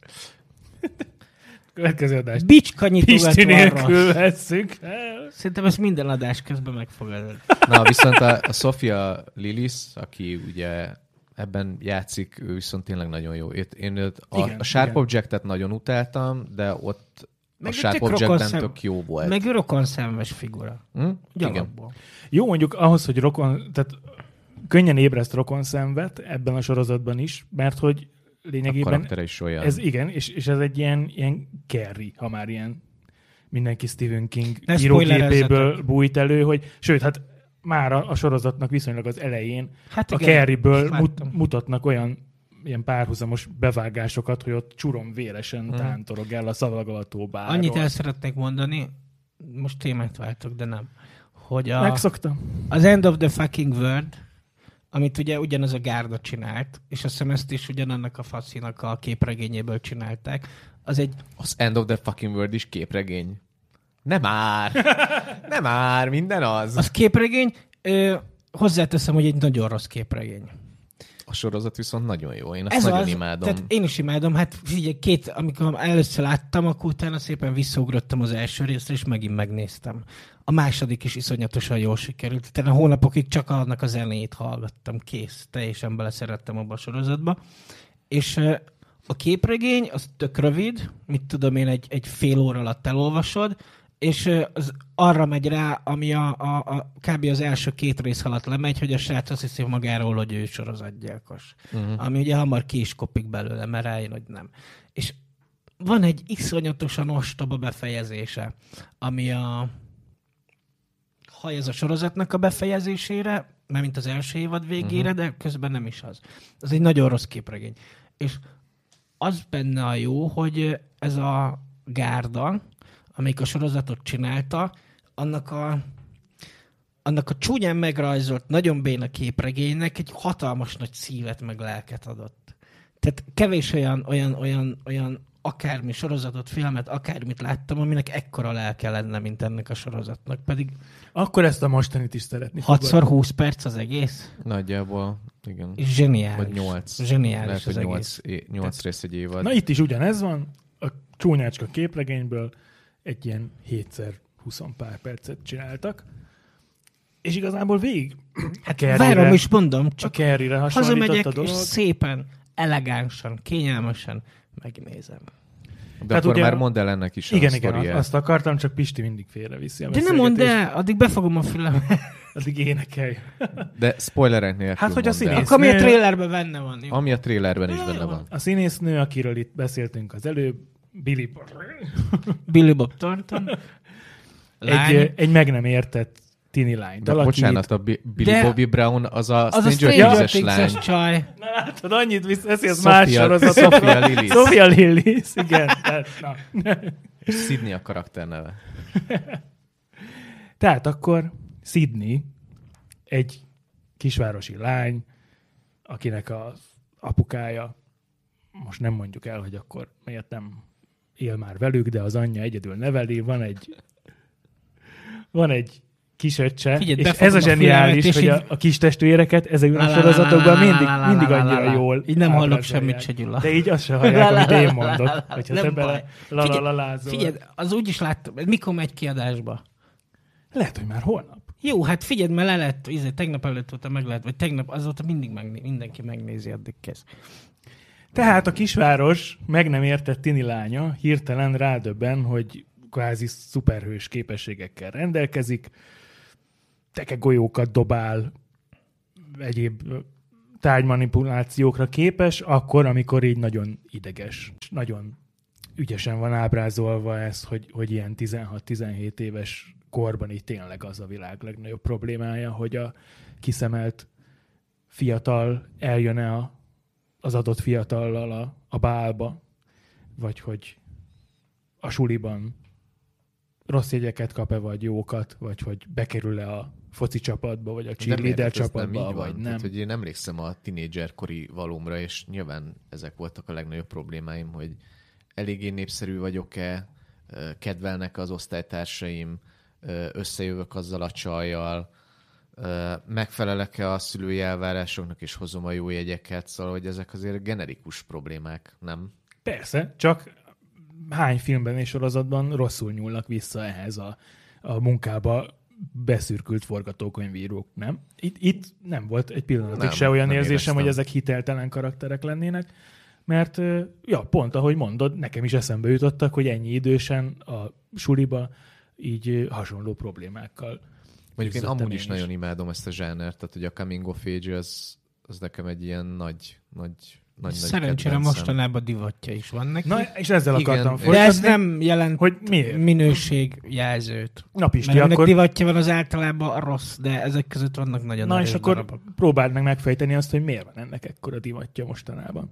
Következő adást Bicskanyitogat Pisti van nélkül rossz. vesszük el. Szerintem ezt minden adás közben megfogadod. Na, viszont a, a Sophia Lillis, aki ugye ebben játszik, ő viszont tényleg nagyon jó. Én, én őt, a, Igen, a Sharp igen. Object-et nagyon utáltam, de ott Meg a ő Sharp tök Object-ben rokonszem- tök jó volt. Meg ő rokonszenves figura. Hm? Igen. Gyalogból. Jó, mondjuk ahhoz, hogy rokon, tehát könnyen ébreszt rokonszenvet ebben a sorozatban is, mert hogy A lényegében karaktere is olyan. ez igen, és, és ez egy ilyen, ilyen Carrie, ha már ilyen mindenki Stephen King Ne írógépéből spoilerezzetek. bújt elő, hogy sőt, hát már a, a sorozatnak viszonylag az elején Hát a igen, Carrie-ből láttam. mut, mutatnak olyan ilyen párhuzamos bevágásokat, hogy ott csurom véresen Hmm. tántorog el a szalagalató bárról. Annyit el szeretnék mondani, most témát váltok, de nem, hogy a, Megszoktam. az End of the Fucking World, amit ugye ugyanaz a gárda csinált, és azt hiszem ezt is ugyanannak a faszinak a képregényéből csinálták, az egy... Az End of the Fucking World is képregény. Nem már! Nem már, minden az. Az képregény, ö, hozzáteszem, hogy egy nagyon rossz képregény. A sorozat viszont nagyon jó. Én azt Ez nagyon az, imádom. Tehát én is imádom, hát figyelj, két, amikor először láttam, akkor utána szépen visszaugrottam az első részre, és megint megnéztem. A második is iszonyatosan jól sikerült. Tehát a hónapokig csak annak a zenéjét hallgattam, kész. Teljesen beleszerettem abba a sorozatba. És uh, a képregény az tök rövid, mit tudom én, egy, egy fél óra alatt elolvasod, és az arra megy rá, ami a, a, a kb. Az első két rész alatt lemegy, hogy a srác azt hiszi magáról, hogy ő sorozatgyilkos. Uh-huh. Ami ugye hamar ki is kopik belőle, mert rájön, hogy nem. És van egy iszonyatosan ostoba befejezése, ami a haj ez a sorozatnak a befejezésére, nem mint az első évad végére, uh-huh. de közben nem is az. Ez egy nagyon rossz képregény. És az benne a jó, hogy ez a gárda, amelyik a sorozatot csinálta, annak a, annak a csúnyán megrajzolt, nagyon béna képregénynek egy hatalmas nagy szívet meg lelket adott. Tehát kevés olyan, olyan, olyan, olyan akármi sorozatot, filmet, akármit láttam, aminek ekkora lelke lenne, mint ennek a sorozatnak. Pedig akkor ezt a mostanit is szeretni. hatszor húsz perc az egész? Nagyjából, igen. És zseniális. Vagy nyolc. Zseniális lehet, az hogy egész. nyolc rész egy évad. Na itt is ugyanez van, a csúnyácska képregényből egy ilyen hétszer húsz pár percet csináltak, és igazából végig hát várom is mondom, csak a Carrie-re hasonlított a dolog. És szépen, elegánsan, kényelmesen megnézem. De tehát akkor ugye, már mondd el ennek is igen, a igen, sztoriát. azt akartam, csak Pisti mindig félreviszi a de nem mondd el, addig befogom a fülemet. Addig énekelj. De spoilerek nélkül hát, hogy a színésznő... Akkor ami a trailerben benne van. Jó? Ami a trailerben is benne van. A színésznő, akiről itt beszéltünk az előbb, Billy Billy Bob Thornton. egy, egy meg nem értett tini lányt De alakít. bocsánat, a Billy de Bobby Brown az a az Stranger a Things-es lány. csaj. Na látod, annyit beszélsz Sophia- más sorozatokról. Sophia Lillis. Sophia Lillis, igen. Tehát, na. Sydney a karakter neve. Tehát akkor Sydney egy kisvárosi lány, akinek az apukája, most nem mondjuk el, hogy akkor miért nem él már velük, de az anyja egyedül neveli, van egy van egy kisöccse, Figyelj, és ez a zseniális, és hogy így... a, a kis testvéreket ezekben a La, la, la, sorozatokban la, la, mindig, la, la, mindig la, la, annyira la. jól Így nem hallok ábrázolják. semmit se, Gyula. De így azt se hallják, amit én mondok, hogyha te bele lalalazol. Figyelj, az úgy is láttam, mikor megy kiadásba? Lehet, hogy már holnap. Jó, hát figyeld, mert le lett, izé, tegnap előtt volt, meg lehet, vagy tegnap, azóta mindig megné, mindenki megnézi, addig kezd. Tehát a kisváros meg nem értett tini lánya hirtelen rádöbben, hogy kvázi szuperhős képességekkel rendelkezik, tekegolyókat dobál, egyéb tárgymanipulációkra képes, akkor, amikor így nagyon ideges. Nagyon ügyesen van ábrázolva ez, hogy, hogy ilyen tizenhat-tizenhét éves korban így tényleg az a világ legnagyobb problémája, hogy a kiszemelt fiatal eljön-e a, az adott fiatallal a, a bálba, vagy hogy a suliban rossz jegyeket kap-e, vagy jókat, vagy hogy bekerül-e a foci csapatba, vagy a cheerleader csapatba, nem vagy van. nem. Tehát, hogy én emlékszem a tinédzserkori valómra, és nyilván ezek voltak a legnagyobb problémáim, hogy eléggé népszerű vagyok-e, kedvelnek az osztálytársaim, összejövök azzal a csajjal, megfelelek-e a szülői elvárásoknak, és hozom a jó jegyeket, szóval, hogy ezek azért generikus problémák, nem? Persze, csak hány filmben és sorozatban rosszul nyúlnak vissza ehhez a, a munkába beszürkült forgatókönyvírók, nem? Itt, itt nem volt egy pillanatig nem, se olyan nem érzésem, éreztem. hogy ezek hiteltelen karakterek lennének, mert ja, pont ahogy mondod, nekem is eszembe jutottak, hogy ennyi idősen a suliba így hasonló problémákkal. Mondjuk én amúgy is, is nagyon imádom ezt a zsánert, tehát hogy a coming of age az, az nekem egy ilyen nagy, nagy, nagy, Szerencsére nagy mostanában divatja is van neki. Na, és ezzel Igen, akartam de de folytatni. ez nem jelent hogy miért? minőségjelzőt. Na Pisti, Mert ennek akkor... divatja van az általában rossz, de ezek között vannak nagyon Na erős és akkor darabok. próbáld meg megfejteni azt, hogy miért van ennek ekkora divatja mostanában.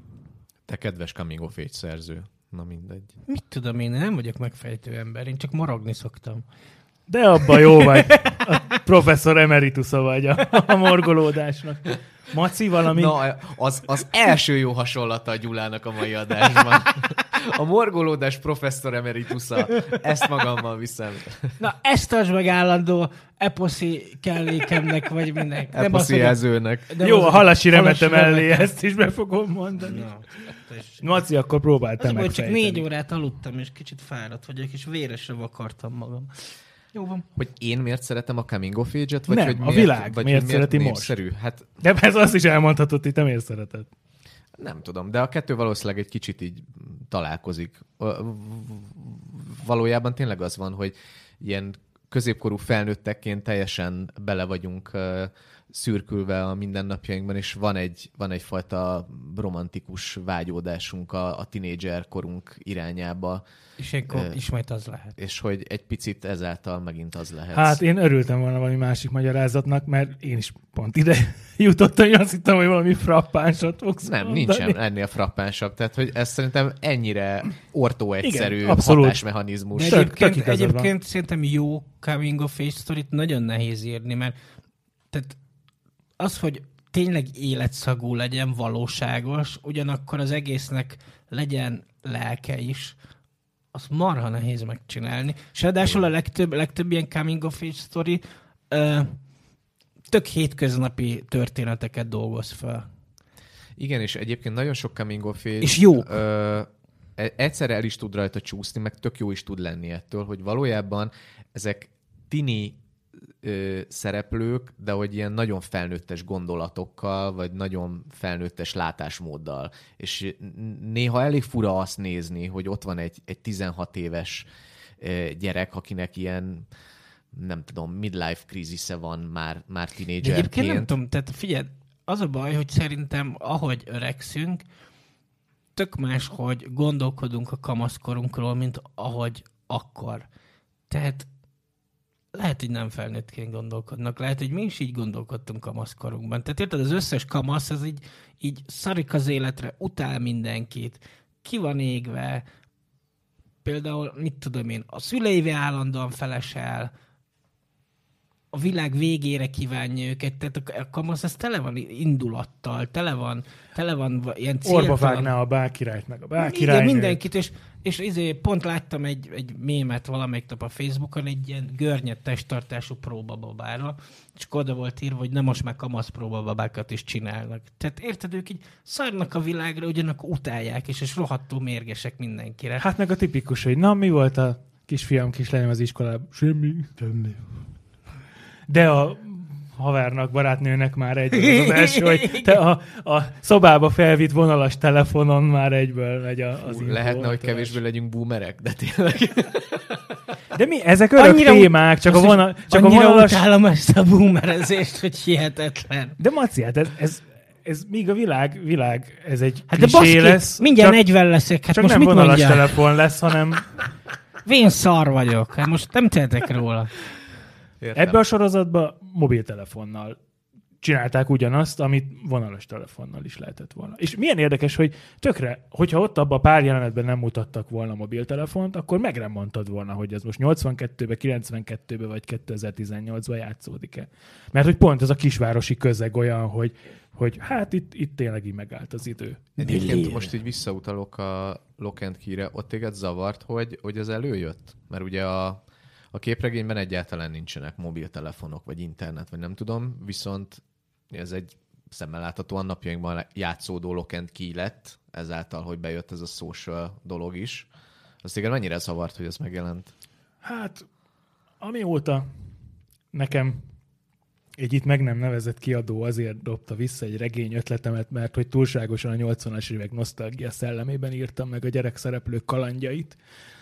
Te kedves coming of age szerző. Na mindegy. Mit tudom én, nem vagyok megfejtő ember, én csak morogni szoktam. De abban jó vagy. A professzor emeritusza vagy a, a morgolódásnak. Maci, valami... Na, az, az első jó hasonlata a Gyulának a mai adásban. A morgolódás professzor emeritusza. Ezt magammal viszem. Na, ezt tartsd meg állandó eposzi kellékemnek, vagy mindenki. Nem az, Eposzi hogy a- jelzőnek. nem Jó, az, a hogy halasi remete halasi mellé remete. ezt is be fogom mondani. Na, tessék. Maci, akkor próbáld te Az, hogy csak megfejteni. négy órát aludtam, és kicsit fáradt vagyok, és véresre vakartam magam. Jó van. Hogy én miért szeretem a coming of age-et? Vagy Nem, hogy a miért, világ vagy miért hogy szereti most? népszerű? Hát De persze azt is elmondhatod, hogy te miért szereted. Nem tudom, de a kettő valószínűleg egy kicsit így találkozik. Valójában tényleg az van, hogy ilyen középkorú felnőttekként teljesen bele vagyunk szürkülve a mindennapjainkban, és van, egy, van egyfajta romantikus vágyódásunk a, a tinédzser korunk irányába. És akkor uh, ismét az lehet. És hogy egy picit ezáltal megint az lehet. Hát én örültem volna valami másik magyarázatnak, mert én is pont ide jutottam, én azt hittem, hogy valami frappánsat fogsz Nem, mondani. nincsen ennél frappánsabb. Tehát, hogy ez szerintem ennyire ortó egyszerű Igen, abszolút. hatásmechanizmus. De egyébként, Tök egyébként szerintem jó coming of age sztorit nagyon nehéz írni, mert tehát az, hogy tényleg életszagú legyen, valóságos, ugyanakkor az egésznek legyen lelke is, az marha nehéz megcsinálni. És ráadásul a legtöbb, legtöbb ilyen coming of age sztori ö, tök hétköznapi történeteket dolgoz fel. Igen, és egyébként nagyon sok coming of age... És jó. Ö, egyszerre el is tud rajta csúszni, meg tök jó is tud lenni ettől, hogy valójában ezek tini ö, szereplők, de hogy ilyen nagyon felnőttes gondolatokkal, vagy nagyon felnőttes látásmóddal. És néha elég fura azt nézni, hogy ott van egy, egy tizenhat éves ö, gyerek, akinek ilyen, nem tudom, midlife krízisze van már, már tínédzserként. Egyébként nem tudom, tehát figyelj, az a baj, hogy szerintem ahogy öregszünk, tök más, hogy gondolkodunk a kamaszkorunkról, mint ahogy akkor. Tehát lehet, hogy nem felnőttként gondolkodnak. Lehet, hogy mi is így gondolkodtunk kamaszkorunkban. Tehát érted, az összes kamasz az így, így szarik az életre, utál mindenkit, ki van égve, például, mit tudom én, a szüleivel állandóan felesel, a világ végére kívánja őket, tehát a kamasz az tele van indulattal, tele van, tele van ilyen céltalan. Orba vágná a bálkirályt, meg a bálkirály. Igen, mindenkit, és, és izé, pont láttam egy, egy mémet valamelyik nap a Facebookon, egy ilyen görnyed testtartású próbababára, és oda volt írva, hogy nem most már kamasz próbababákat is csinálnak. Tehát érted, ők így szarnak a világra, ugyanakkor utálják, és, és rohadtul mérgesek mindenkire. Hát meg a tipikus, hogy na, mi volt a kisfiam, kislányom az iskolában? Semmi, semmi. De a havernak, barátnőnek már egyből az, az első, hogy te a, a szobába felvitt vonalas telefonon már egyből megy a, az info. Lehetne, hogy kevésbé legyünk boomerek, de tényleg. De mi? Ezek örök annyira témák, csak a, vonal, csak a vonalas... utálom ezt a boomerezést, hogy hihetetlen. De Maci, hát ez, ez, ez még a világ, világ ez egy hát klisé lesz. Mindjárt negyven leszek, hát csak most nem mit vonalas mondjál? telefon lesz, hanem... Vén szar vagyok, hát most nem tehetek róla. Értem. Ebbe a sorozatban mobiltelefonnal csinálták ugyanazt, amit vonalas telefonnal is lehetett volna. És milyen érdekes, hogy tökre, hogyha ott abban a pár jelenetben nem mutattak volna mobiltelefont, akkor meg nem mondtad volna, hogy ez most nyolcvankettőben, kilencvenkettőben vagy kétezer-tizennyolcban játszódik-e. Mert hogy pont ez a kisvárosi közeg olyan, hogy, hogy hát itt, itt tényleg így megállt az idő. Egyébként most így visszautalok a Lock and Key-re, ott téged zavart, hogy, hogy ez előjött? Mert ugye a A képregényben egyáltalán nincsenek mobiltelefonok, vagy internet, vagy nem tudom, viszont ez egy szemmel láthatóan napjainkban játszódó Lock and Key lett, ezáltal, hogy bejött ez a social dolog is. Azt igen, mennyire zavart, hogy ez megjelent? Hát, amióta nekem egy itt meg nem nevezett kiadó azért dobta vissza egy regény ötletemet, mert hogy túlságosan a nyolcvanas évek nosztalgia szellemében írtam meg a gyerekszereplők kalandjait,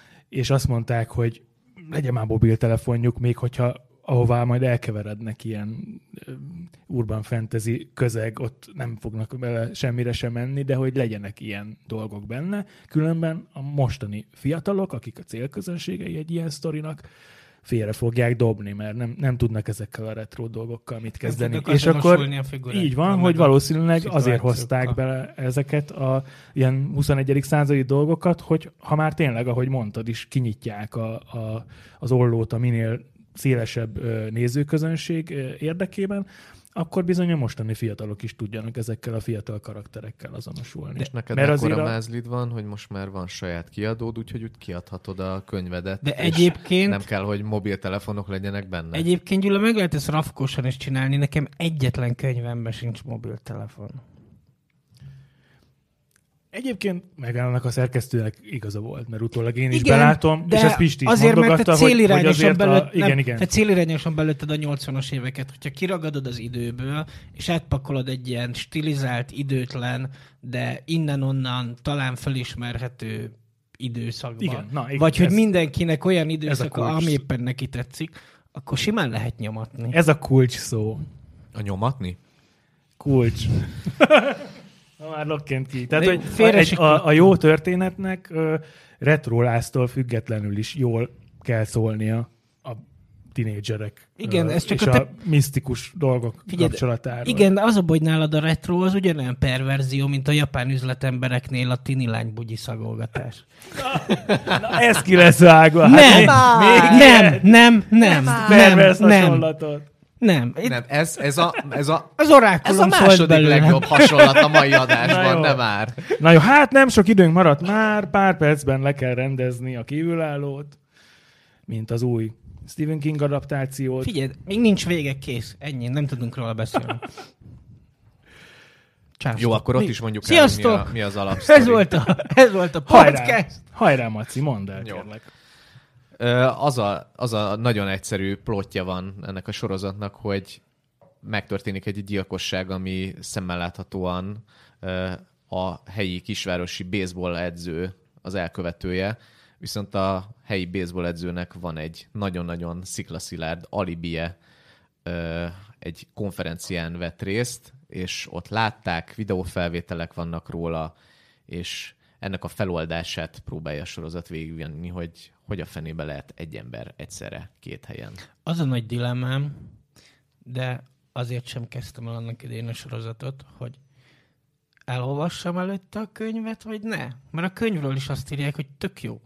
és azt mondták, hogy legyen már mobiltelefonjuk, még hogyha ahová majd elkeverednek ilyen urban fantasy közeg, ott nem fognak bele semmire sem menni, de hogy legyenek ilyen dolgok benne. Különben a mostani fiatalok, akik a célközönségei egy ilyen sztorinak, félre fogják dobni, mert nem, nem tudnak ezekkel a retro dolgokkal mit kezdeni. És akkor így van, hogy valószínűleg azért hozták bele ezeket a ilyen huszonegyedik századi dolgokat, hogy ha már tényleg, ahogy mondtad is, kinyitják a, a, az ollót a minél szélesebb nézőközönség érdekében, akkor bizony a mostani fiatalok is tudjanak ezekkel a fiatal karakterekkel azonosulni. És neked mert mekkora a... mázlid van, hogy most már van saját kiadód, úgyhogy úgy kiadhatod a könyvedet. De egyébként... Nem kell, hogy mobiltelefonok legyenek benne. Egyébként, Gyula, meg lehet ezt rafkósan is csinálni. Nekem egyetlen könyvemben sincs mobiltelefon. Egyébként megállnak a szerkesztőnek igaza volt, mert utólag én is igen, belátom, és ezt Pisti is azért, mondogatta, mert te hogy, hogy azért belőtt, a... Igen, nem, igen. te célirányosan belőtted a nyolcvanas éveket, hogyha kiragadod az időből, és átpakolod egy ilyen stilizált, időtlen, de innen-onnan talán felismerhető időszakban. Igen, na, igen, vagy hogy ez, mindenkinek olyan időszaka, ami éppen neki tetszik, akkor simán lehet nyomatni. Ez a kulcs szó. A nyomatni? Kulcs. Na már lokként ki. Tehát, De hogy félresik... a, a, a jó történetnek uh, retroláztól függetlenül is jól kell szólnia a tinédzserek igen, uh, ez csak és a, a, te... a misztikus dolgok Figyeld, kapcsolatáról. Igen, de az a baj, hogy nálad a retro az ugyanolyan perverzió, mint a japán üzletembereknél a tini lány bugyi szagolgatás. Na, na, ez ki lesz vágva. Nem, Hát, még, még nem, nem, nem, nem, pervers nem, hasonlatot. nem. Nem, ez, ez a, ez a, Az ez a orákulum szólt második belőlem. legjobb hasonlat a mai Na adásban, jó. nem már. Na jó, hát nem sok időnk maradt már, pár percben le kell rendezni a kívülállót, mint az új Stephen King adaptációt. Figyelj, még nincs vége, kész. Ennyi, nem tudunk róla beszélni. Császtok. Jó, akkor ott Mi? is mondjuk Sziasztok! el, mi a, mi az alapsztori. Ez volt a, ez volt a Hajrá, podcast. hajrá Maci, mondd el, Jó. kérlek. Ö, Az a, az a nagyon egyszerű plotja van ennek a sorozatnak, hogy megtörténik egy gyilkosság, ami szemmel láthatóan ö, a helyi kisvárosi baseball edző az elkövetője, viszont a helyi baseball edzőnek van egy nagyon-nagyon sziklaszilárd alibije, ö, egy konferencián vett részt, és ott látták, videófelvételek vannak róla, és ennek a feloldását próbálja a sorozat végigvenni, hogy hogy a fenébe lehet egy ember egyszerre két helyen. Az a nagy dilemmám, de azért sem kezdtem el annak idején a sorozatot, hogy elolvassam előtte a könyvet, vagy ne? Mert a könyvről is azt írják, hogy tök jó.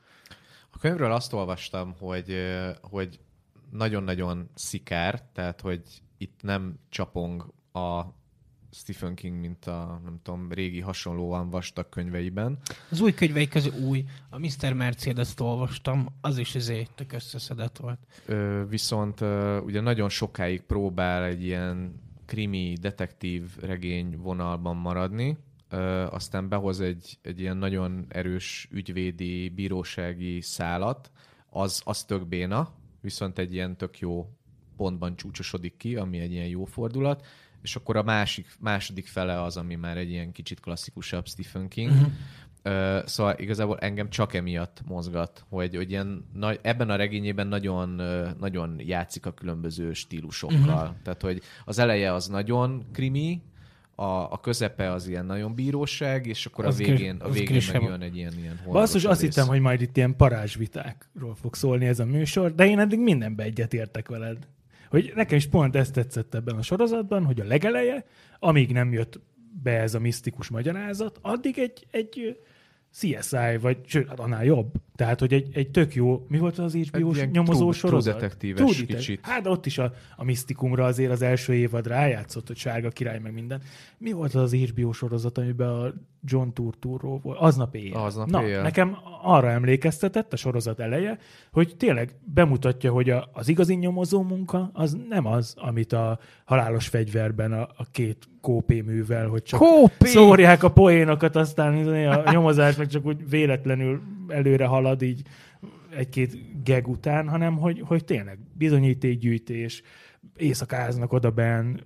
A könyvről azt olvastam, hogy, ö, hogy nagyon-nagyon szikár, tehát hogy itt nem csapong a Stephen King, mint a, nem tudom, régi hasonlóan vastag könyveiben. Az új könyvei közül új, a miszter Mercedes-t olvastam, az is azért tök összeszedett volt. Ö, viszont ö, ugye nagyon sokáig próbál egy ilyen krimi, detektív regény vonalban maradni, ö, aztán behoz egy, egy ilyen nagyon erős ügyvédi, bírósági szálat, az, az tök béna, viszont egy ilyen tök jó pontban csúcsosodik ki, ami egy ilyen jó fordulat, és akkor a másik, második fele az, ami már egy ilyen kicsit klasszikusabb Stephen King. Uh-huh. Uh, szóval igazából engem csak emiatt mozgat, hogy, hogy ilyen, na, ebben a regényében nagyon, uh, nagyon játszik a különböző stílusokkal. Uh-huh. Tehát, hogy az eleje az nagyon krimi, a, a közepe az ilyen nagyon bíróság, és akkor Az a végén, kis- a az végén kis meg sem- jön egy ilyen, ilyen Basszus, azt rész. hittem, hogy majd itt ilyen parázsvitákról fog szólni ez a műsor, de én eddig mindenbe egyetértek veled. Hogy nekem is pont ezt tetszett ebben a sorozatban, hogy a legeleje, amíg nem jött be ez a misztikus magyarázat, addig egy, egy cé es i, vagy sőt, annál jobb. Tehát, hogy egy, egy tök jó, mi volt az há bé ó-s ilyen nyomozó true- sorozat? true detektíves True detective. kicsit. Hát ott is a, a misztikumra azért az első évad rájátszott, hogy Sárga király meg minden. Mi volt az az há bé ó sorozat, amiben a John Turturro volt? Aznap éjjel. Aznap Na, éjjel. nekem arra emlékeztetett a sorozat eleje, hogy tényleg bemutatja, hogy a, az igazi nyomozó munka az nem az, amit a Halálos fegyverben a, a két kópé művel, hogy csak Kópé! szórják a poénokat, aztán a nyomozás meg csak úgy véletlenül előre halad így egy-két geg után, hanem hogy, hogy tényleg bizonyítékgyűjtés, éjszakáznak oda benn,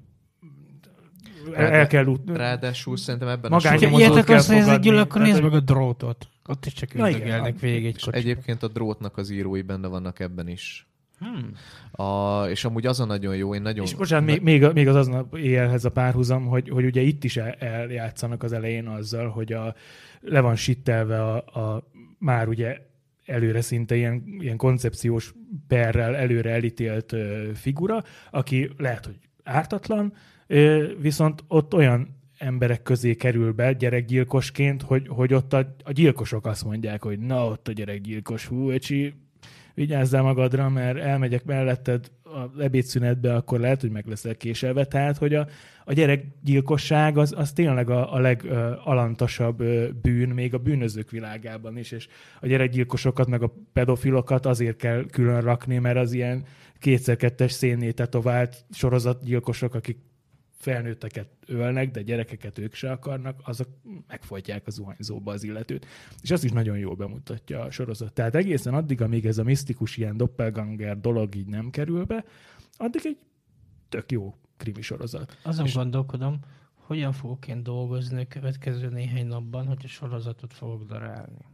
el, el kell út... Ráadásul szerintem ebben Magány- a Ha sorozatban nyomozót ilyet kell akarsz nézni, fogadni. Gyula, akkor Tehát, nézd hogy- meg a drótot. Ott is csak Na igen, üldögélnek a- végig egy és kocsit. egyébként a drótnak az írói benne vannak ebben is. Hmm. A, és amúgy az a nagyon jó, én nagyon... És bocsánat, még, még, még az aznap éjjelhez a párhuzam, hogy, hogy ugye itt is el, eljátszanak az elején azzal, hogy a, le van sittelve a, a már ugye előre szinte ilyen, ilyen koncepciós perrel előre elítélt ö, figura, aki lehet, hogy ártatlan, ö, viszont ott olyan emberek közé kerül be gyerekgyilkosként, hogy, hogy ott a, a gyilkosok azt mondják, hogy na, ott a gyerekgyilkos, hú, öcsi, vigyázzál magadra, mert elmegyek melletted az ebédszünetbe, akkor lehet, hogy meg leszel késelve. Tehát, hogy a, a gyerekgyilkosság az, az tényleg a, a legalantasabb bűn, még a bűnözők világában is, és a gyerekgyilkosokat, meg a pedofilokat azért kell külön rakni, mert az ilyen kétszer-kettes szénné tetovált sorozatgyilkosok, akik felnőtteket ölnek, de gyerekeket ők se akarnak, azok megfojtják a zuhanyzóba az illetőt. És azt is nagyon jól bemutatja a sorozat. Tehát egészen addig, amíg ez a misztikus ilyen doppelganger dolog így nem kerül be, addig egy tök jó krimi sorozat. Azon és gondolkodom, hogyan fogok én dolgozni a következő néhány napban, hogy a sorozatot fogok darálni.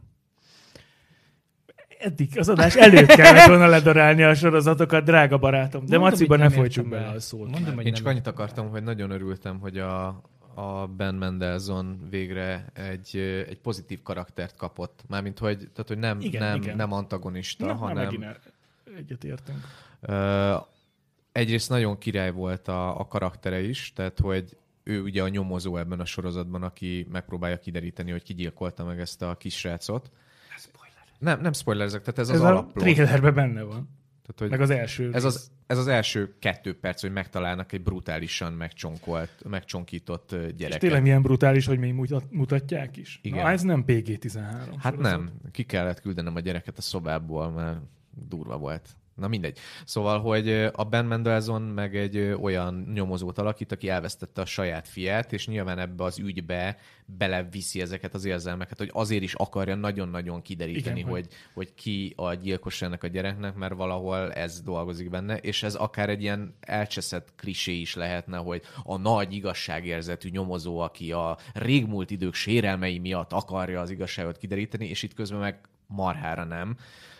eddig az adás előtt kellett volna ledarálni a sorozatokat, drága barátom. De Mondom, Maciban hogy ne nem folytsunk értem bele bele. a szót. Mondom, hogy Én csak nem annyit értem akartam, bele. hogy nagyon örültem, hogy a, a Ben Mendelsohn végre egy, egy pozitív karaktert kapott. Mármint, hogy, tehát, hogy nem, Igen, nem, igen. nem antagonista, Na, hanem... megint egyetértünk. Ö, egyrészt nagyon király volt a, a karaktere is, tehát hogy ő ugye a nyomozó ebben a sorozatban, aki megpróbálja kideríteni, hogy ki gyilkolta meg ezt a kisrácot. Nem, nem spoilerezek, tehát ez, Ez az a alapplot. trailerben benne van. Tehát, hogy Meg az első ez, rész. az, ez az első kettő perc, hogy megtalálnak egy brutálisan megcsonkolt, megcsonkított ö, És gyereket. tényleg milyen brutális, hogy még mutat, mutatják is. Igen. Na, ez nem pé gé tizenhárom. Hát sorozat. nem, ki kellett küldenem a gyereket a szobából, mert durva volt. Na mindegy. Szóval, hogy a Ben Mendelsohn meg egy olyan nyomozót alakít, aki elvesztette a saját fiát, és nyilván ebbe az ügybe beleviszi ezeket az érzelmeket, hogy azért is akarja nagyon-nagyon kideríteni, Igen, hogy, hogy ki a gyilkos ennek a gyereknek, mert valahol ez dolgozik benne, és ez akár egy ilyen elcseszett klisé is lehetne, hogy a nagy igazságérzetű nyomozó, aki a régmúlt idők sérelmei miatt akarja az igazságot kideríteni, és itt közben meg marhára nem.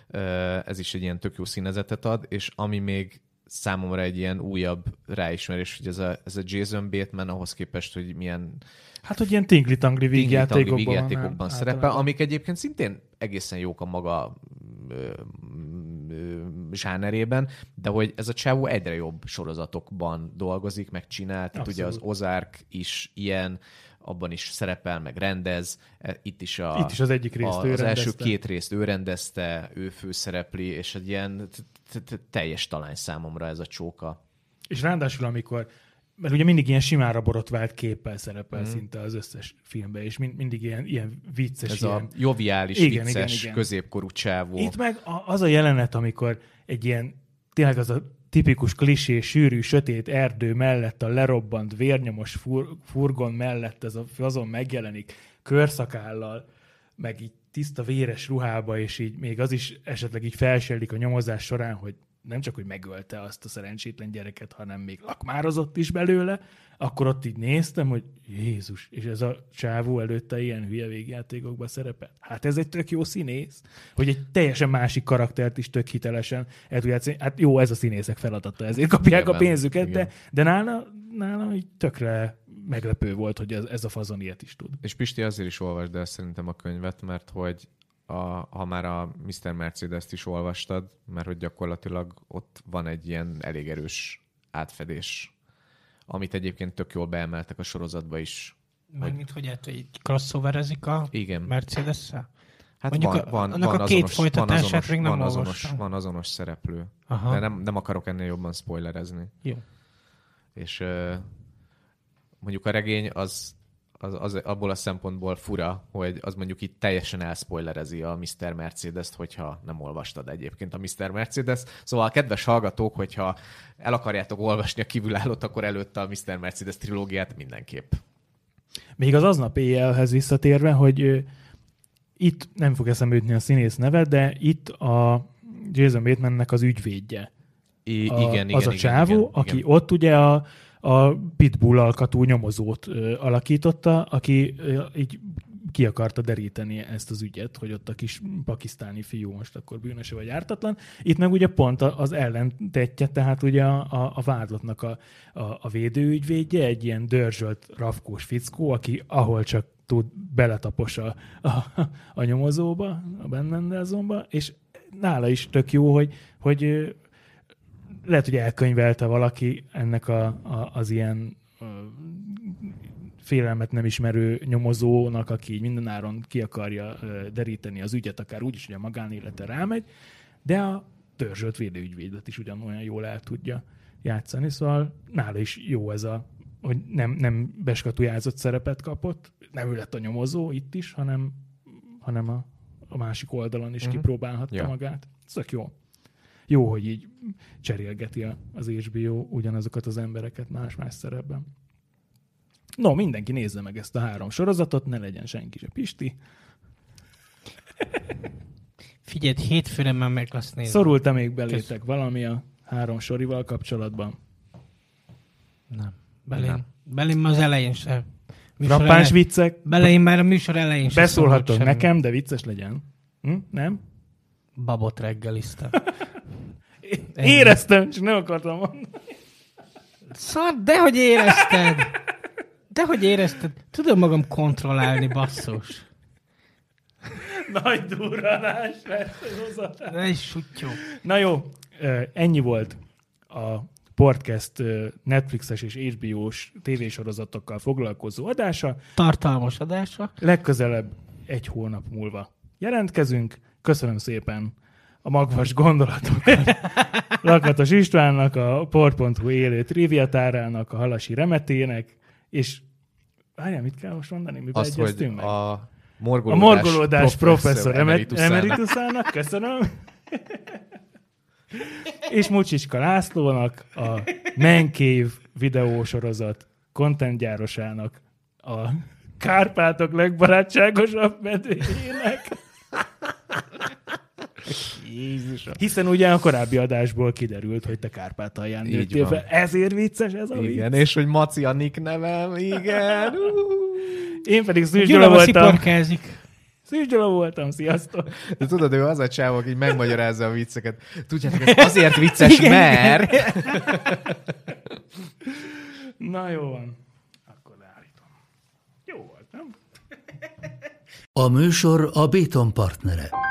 Ez is egy ilyen tök jó színezetet ad, és ami még számomra egy ilyen újabb ráismerés, hogy ez a, ez a Jason Bateman ahhoz képest, hogy milyen Hát, hogy ilyen tingli-tangli vígjátékokban, vígjátékokban van, szerepel, általában. amik egyébként szintén egészen jók a maga ö, ö, zsánerében, de hogy ez a csávó egyre jobb sorozatokban dolgozik, meg csinál, tehát ugye az Ozark is ilyen, abban is szerepel, meg rendez. Itt is, a, Itt is az egyik részt a, ő az első rendezte. két részt ő rendezte, ő főszerepli, és egy ilyen teljes talány számomra ez a csóka. És ráadásul, amikor, mert ugye mindig ilyen simára borotvált képpel szerepel Mhm. szinte az összes filmben, és mind, mindig ilyen, ilyen vicces, Ez ilyen... a joviális, Igen, vicces, igen, igen. középkorú csávó. Itt meg a, az a jelenet, amikor egy ilyen, tényleg az a tipikus klisé, sűrű, sötét erdő mellett a lerobbant vérnyomos fur, furgon mellett ez a azon megjelenik körszakállal, meg így tiszta véres ruhába, és így még az is esetleg így felsejlik a nyomozás során, hogy nem csak, hogy megölte azt a szerencsétlen gyereket, hanem még lakmározott is belőle, akkor ott így néztem, hogy Jézus, és ez a csávó előtte ilyen hülye végjátékokban szerepel. Hát ez egy tök jó színész, hogy egy teljesen másik karaktert is tök hitelesen el tud játszani. Hát jó, ez a színészek feladata, ezért kapják Igen, a pénzüket, igen. de, de nála, nála így tökre meglepő volt, hogy ez, ez a fazon ilyet is tud. És Pisti, azért is olvasd el szerintem a könyvet, mert hogy a, ha már a miszter Mercedes-t is olvastad, mert hogy gyakorlatilag ott van egy ilyen elég erős átfedés, amit egyébként tök jól beemeltek a sorozatba is. Mármint, hogy hát így crossoverezik a Igen. Mercedes-szel? Hát Mondjuk van, a- van, annak van a két azonos, van folytatását azonos, még nem van azonos, olvastam. van azonos szereplő. Aha. De nem, nem akarok ennél jobban spoilerezni. Jó. És uh, mondjuk a regény az, az, az abból a szempontból fura, hogy az mondjuk itt teljesen elspoilerezi a miszter Mercedes-t, hogyha nem olvastad egyébként a miszter Mercedes-t. Szóval a kedves hallgatók, hogyha el akarjátok olvasni a kívülállót, akkor előtte a miszter Mercedes trilógiát mindenképp. Még az aznap éjjelhez visszatérve, hogy ö, itt nem fog eszembe jutni a színész neve, de itt a Jason Batemannek az ügyvédje. I- A, igen, igen, az a igen, csávó, igen, aki igen. ott ugye a, a Pitbull alkatú nyomozót ö, alakította, aki ö, így ki akarta deríteni ezt az ügyet, hogy ott a kis pakisztáni fiú most akkor bűnöse vagy ártatlan. Itt meg ugye pont az ellentetje, tehát ugye a, a, a vádlottnak a, a, a védőügyvédje, egy ilyen dörzsölt, rafkós fickó, aki ahol csak tud, beletapos a, a, a nyomozóba, a Ben Mendelsohnba, és nála is tök jó, hogy, hogy ö, lehet, hogy elkönyvelte valaki ennek a, a, az ilyen ö, félelmet nem ismerő nyomozónak, aki így mindenáron ki akarja ö, deríteni az ügyet, akár úgy is, hogy a magánélete rámegy, de a törzsölt védőügyvédet is ugyanolyan jól el tudja játszani, szóval nála is jó ez a, hogy nem, nem beskatujázott szerepet kapott, nem ő lett a nyomozó itt is, hanem, hanem a, a másik oldalon is Mhm. kipróbálhatta Ja. magát. Ez tök jó. Jó, hogy így cserélgeti a- az há bé o ugyanazokat az embereket más-más szerepben. No, mindenki nézze meg ezt a három sorozatot, ne legyen senki se Pisti. Figyelj, hétfőre már meg azt nézni. Szorult-e még belétek valami a három sorival kapcsolatban? Nem. Belém, Nem. belém az elején sem. Műsor Frappáns elej- viccek? Belém már a műsor elején sem. Beszólhatod szólott semmi. nekem, de vicces legyen. Hm? Nem? Babot reggeliztem. Éreztem, csak nem akartam mondani. Szar, dehogy érezted! Dehogy érezted? Tudom magam kontrollálni, basszus. Nagy durranás lesz ez hozzá. Ne is sutyó. Na jó, ennyi volt a podcast Netflixes és há bé ó-s tévésorozatokkal foglalkozó adása. Tartalmas adása. Legközelebb egy hónap múlva jelentkezünk. Köszönöm szépen a magvas gondolatokat Lakatos Istvánnak, a port pont hu élő triviatárának, a Halasi Remetének, és várjál, mit kell most mondani? Miben Azt, hogy egyeztünk meg? a A morgolódás, morgolódás professzor emeritusának. emeritusának, köszönöm. És Mucsicska Lászlónak, a Man Cave videósorozat contentgyárosának, a Kárpátok legbarátságosabb medvéjének. Jézusom. Hiszen ugye a korábbi adásból kiderült, hogy te Kárpátalján Így nőttél van. fel. Ezért vicces ez a Igen, vicc. és hogy Maci a nick nevem, igen. Én pedig Szűcs Gyula Gyula voltam. sziporkázik. Szűcs Gyula voltam, sziasztok. De tudod, ő az a csávó, aki így megmagyarázza a vicceket. Tudjátok, ez azért vicces, Igen, mert... Na jó van. Akkor leállítom. Jó volt, nem? A műsor a Béton partnere.